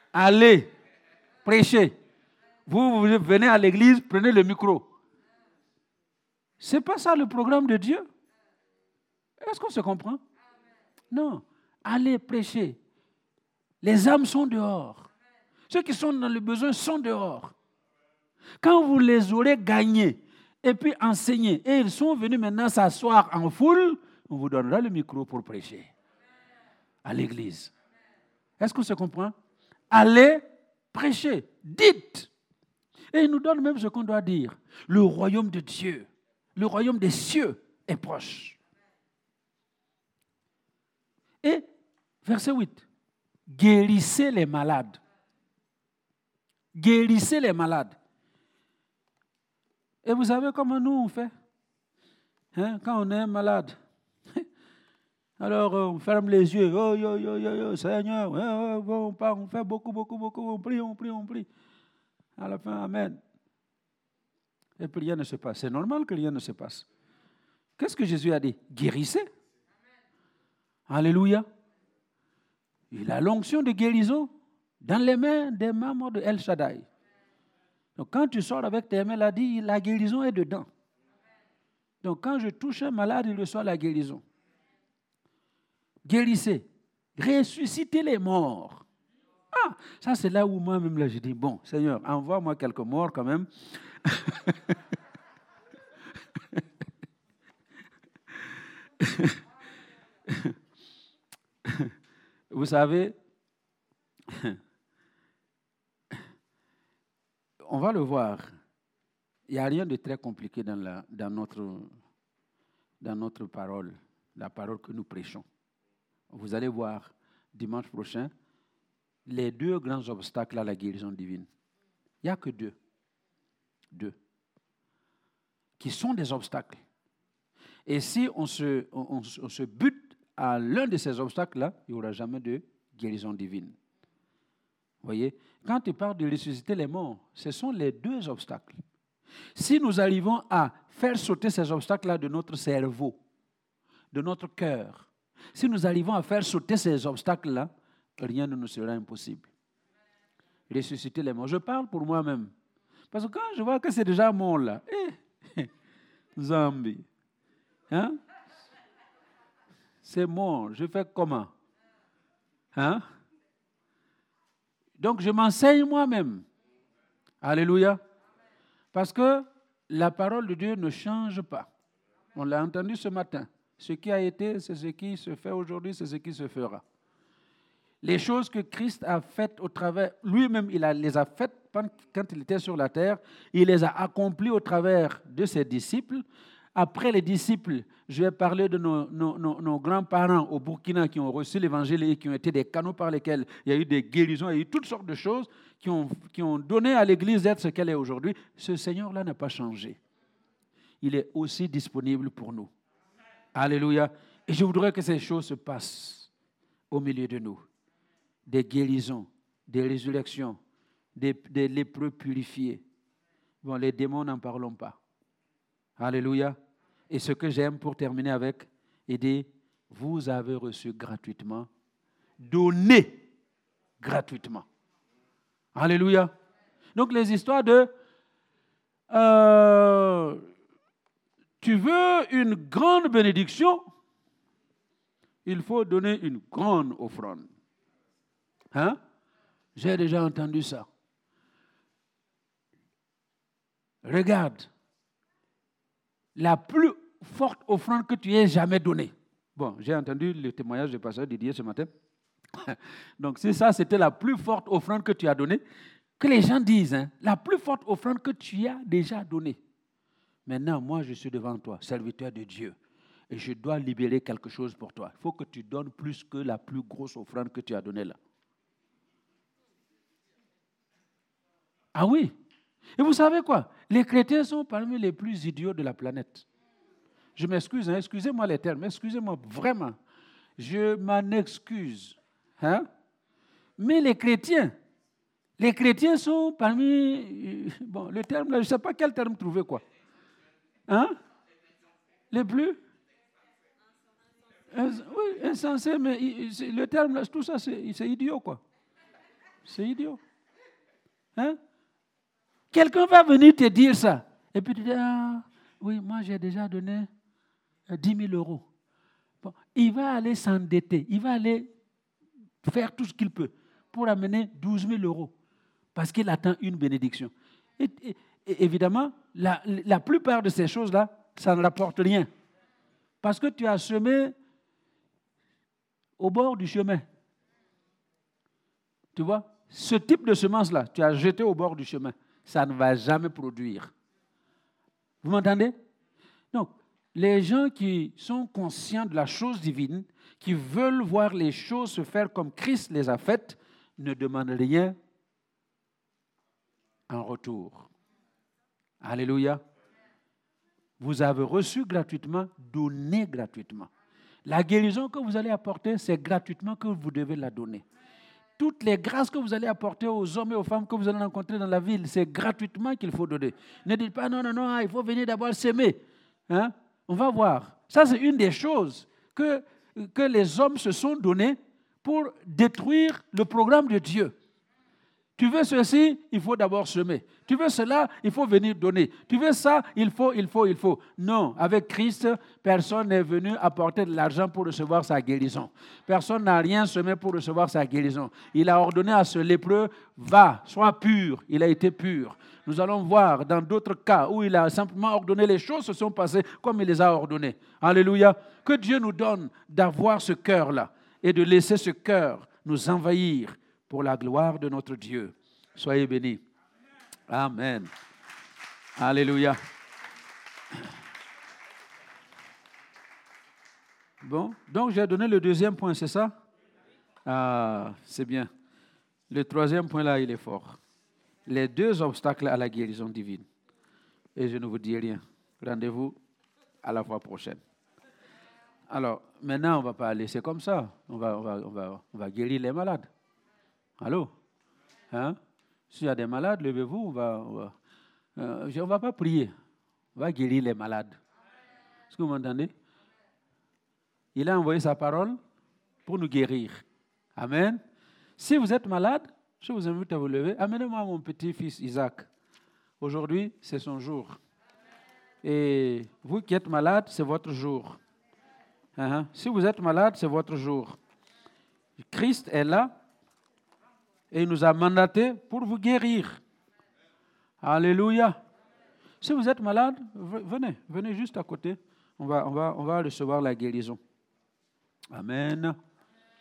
Allez, prêcher. Vous, vous venez à l'église, prenez le micro. Ce n'est pas ça le programme de Dieu. Est-ce qu'on se comprend? Non. Allez prêcher. Les âmes sont dehors. Ceux qui sont dans le besoin sont dehors. Quand vous les aurez gagnés et puis enseignés, et ils sont venus maintenant s'asseoir en foule, on vous donnera le micro pour prêcher à l'église. Est-ce qu'on se comprend? Allez prêcher. Dites. Et il nous donne même ce qu'on doit dire. Le royaume de Dieu, le royaume des cieux est proche. Et verset huit. Guérissez les malades. Guérissez les malades. Et vous savez comment nous on fait? Hein? Quand on est malade. Alors on ferme les yeux. Oh, yo, yo, yo, yo, Seigneur. Oh, oh, on, part, on fait beaucoup, beaucoup, beaucoup. On prie, on prie, on prie. À la fin, amen. Et puis rien ne se passe. C'est normal que rien ne se passe. Qu'est-ce que Jésus a dit? Guérissez. Alléluia. Il a l'onction de guérison dans les mains des membres de El Shaddai. Donc quand tu sors avec tes mains, il a dit, la guérison est dedans. Donc quand je touche un malade, il reçoit la guérison. Guérissez. Ressuscitez les morts. Ah, ça c'est là où moi-même, là, je dis, bon, Seigneur, envoie-moi quelques morts quand même. Vous savez, on va le voir. Il n'y a rien de très compliqué dans, la, dans, notre, dans notre parole, la parole que nous prêchons. Vous allez voir dimanche prochain les deux grands obstacles à la guérison divine. Il n'y a que deux. Deux. Qui sont des obstacles. Et si on se, on, on se bute à l'un de ces obstacles-là, il n'y aura jamais de guérison divine. Vous voyez? Quand il parle de ressusciter les morts, ce sont les deux obstacles. Si nous arrivons à faire sauter ces obstacles-là de notre cerveau, de notre cœur, si nous arrivons à faire sauter ces obstacles-là, rien ne nous sera impossible. Ressusciter les morts. Je parle pour moi-même. Parce que quand je vois que c'est déjà mort là, eh, zombie, hein? C'est mort, je fais comment? Hein? Donc je m'enseigne moi-même. Alléluia. Parce que la parole de Dieu ne change pas. On l'a entendu ce matin. Ce qui a été, c'est ce qui se fait aujourd'hui, c'est ce qui se fera. Les choses que Christ a faites au travers, lui-même, il a, les a faites quand il était sur la terre, il les a accomplies au travers de ses disciples. Après les disciples, je vais parler de nos, nos, nos, nos grands-parents au Burkina qui ont reçu l'évangile et qui ont été des canaux par lesquels il y a eu des guérisons, il y a eu toutes sortes de choses qui ont, qui ont donné à l'Église d'être ce qu'elle est aujourd'hui. Ce Seigneur-là n'a pas changé. Il est aussi disponible pour nous. Alléluia. Et je voudrais que ces choses se passent au milieu de nous. Des guérisons, des résurrections, des, des lépreux purifiés. Bon, les démons, n'en parlons pas. Alléluia. Et ce que j'aime pour terminer avec, il dit, vous avez reçu gratuitement, donné gratuitement. Alléluia. Donc les histoires de, euh, tu veux une grande bénédiction, il faut donner une grande offrande. Hein? J'ai déjà entendu ça. Regarde. La plus forte offrande que tu aies jamais donnée. Bon, j'ai entendu le témoignage du pasteur Didier ce matin. Donc, si ça, c'était la plus forte offrande que tu as donnée, que les gens disent, hein, la plus forte offrande que tu as déjà donnée. Maintenant, moi, je suis devant toi, serviteur de Dieu, et je dois libérer quelque chose pour toi. Il faut que tu donnes plus que la plus grosse offrande que tu as donnée là. Ah oui. Et vous savez quoi? Les chrétiens sont parmi les plus idiots de la planète. Je m'excuse, hein, excusez-moi les termes, excusez-moi vraiment. Je m'en excuse. Hein? Mais les chrétiens, les chrétiens sont parmi, bon, le terme là, je ne sais pas quel terme trouver quoi. Hein? Les plus? Oui, insensés, mais le terme là, tout ça, c'est, c'est idiot quoi. C'est idiot. Hein? Quelqu'un va venir te dire ça. Et puis tu dis, ah, oui, moi j'ai déjà donné dix mille euros. Bon, il va aller s'endetter, il va aller faire tout ce qu'il peut pour amener douze mille euros parce qu'il attend une bénédiction. Et, et, et évidemment, la, la plupart de ces choses-là, ça ne rapporte rien parce que tu as semé au bord du chemin. Tu vois, ce type de semence-là, tu as jeté au bord du chemin, ça ne va jamais produire. Vous m'entendez? Donc, les gens qui sont conscients de la chose divine, qui veulent voir les choses se faire comme Christ les a faites, ne demandent rien en retour. Alléluia. Vous avez reçu gratuitement, donnez gratuitement. La guérison que vous allez apporter, c'est gratuitement que vous devez la donner. Toutes les grâces que vous allez apporter aux hommes et aux femmes que vous allez rencontrer dans la ville, c'est gratuitement qu'il faut donner. Ne dites pas non, non, non, il faut venir d'abord s'aimer. Hein? On va voir. Ça, c'est une des choses que, que les hommes se sont données pour détruire le programme de Dieu. Tu veux ceci, il faut d'abord semer. Tu veux cela, il faut venir donner. Tu veux ça, il faut, il faut, il faut. Non, avec Christ, personne n'est venu apporter de l'argent pour recevoir sa guérison. Personne n'a rien semé pour recevoir sa guérison. Il a ordonné à ce lépreux, va, sois pur. Il a été pur. Nous allons voir dans d'autres cas où il a simplement ordonné, les choses se sont passées comme il les a ordonnées. Alléluia. Que Dieu nous donne d'avoir ce cœur-là et de laisser ce cœur nous envahir pour la gloire de notre Dieu. Soyez bénis. Amen. Alléluia. Bon, donc j'ai donné le deuxième point, c'est ça? Ah, c'est bien. Le troisième point là, il est fort. Les deux obstacles à la guérison divine. Et je ne vous dis rien. Rendez-vous à la fois prochaine. Alors, maintenant, on ne va pas aller. C'est comme ça. On va, on va, on va, on va guérir les malades. Allô? Hein? S'il y a des malades, levez-vous. On va, on va, euh, on va pas prier. On va guérir les malades. Est-ce que vous m'entendez? Il a envoyé sa parole pour nous guérir. Amen. Si vous êtes malade, je vous invite à vous lever. Amenez-moi mon petit-fils Isaac. Aujourd'hui, c'est son jour. Et vous qui êtes malade, c'est votre jour. Uh-huh. Si vous êtes malade, c'est votre jour. Christ est là et il nous a mandaté pour vous guérir. Alléluia. Si vous êtes malade, venez, venez juste à côté. On va, on va, on va recevoir la guérison. Amen.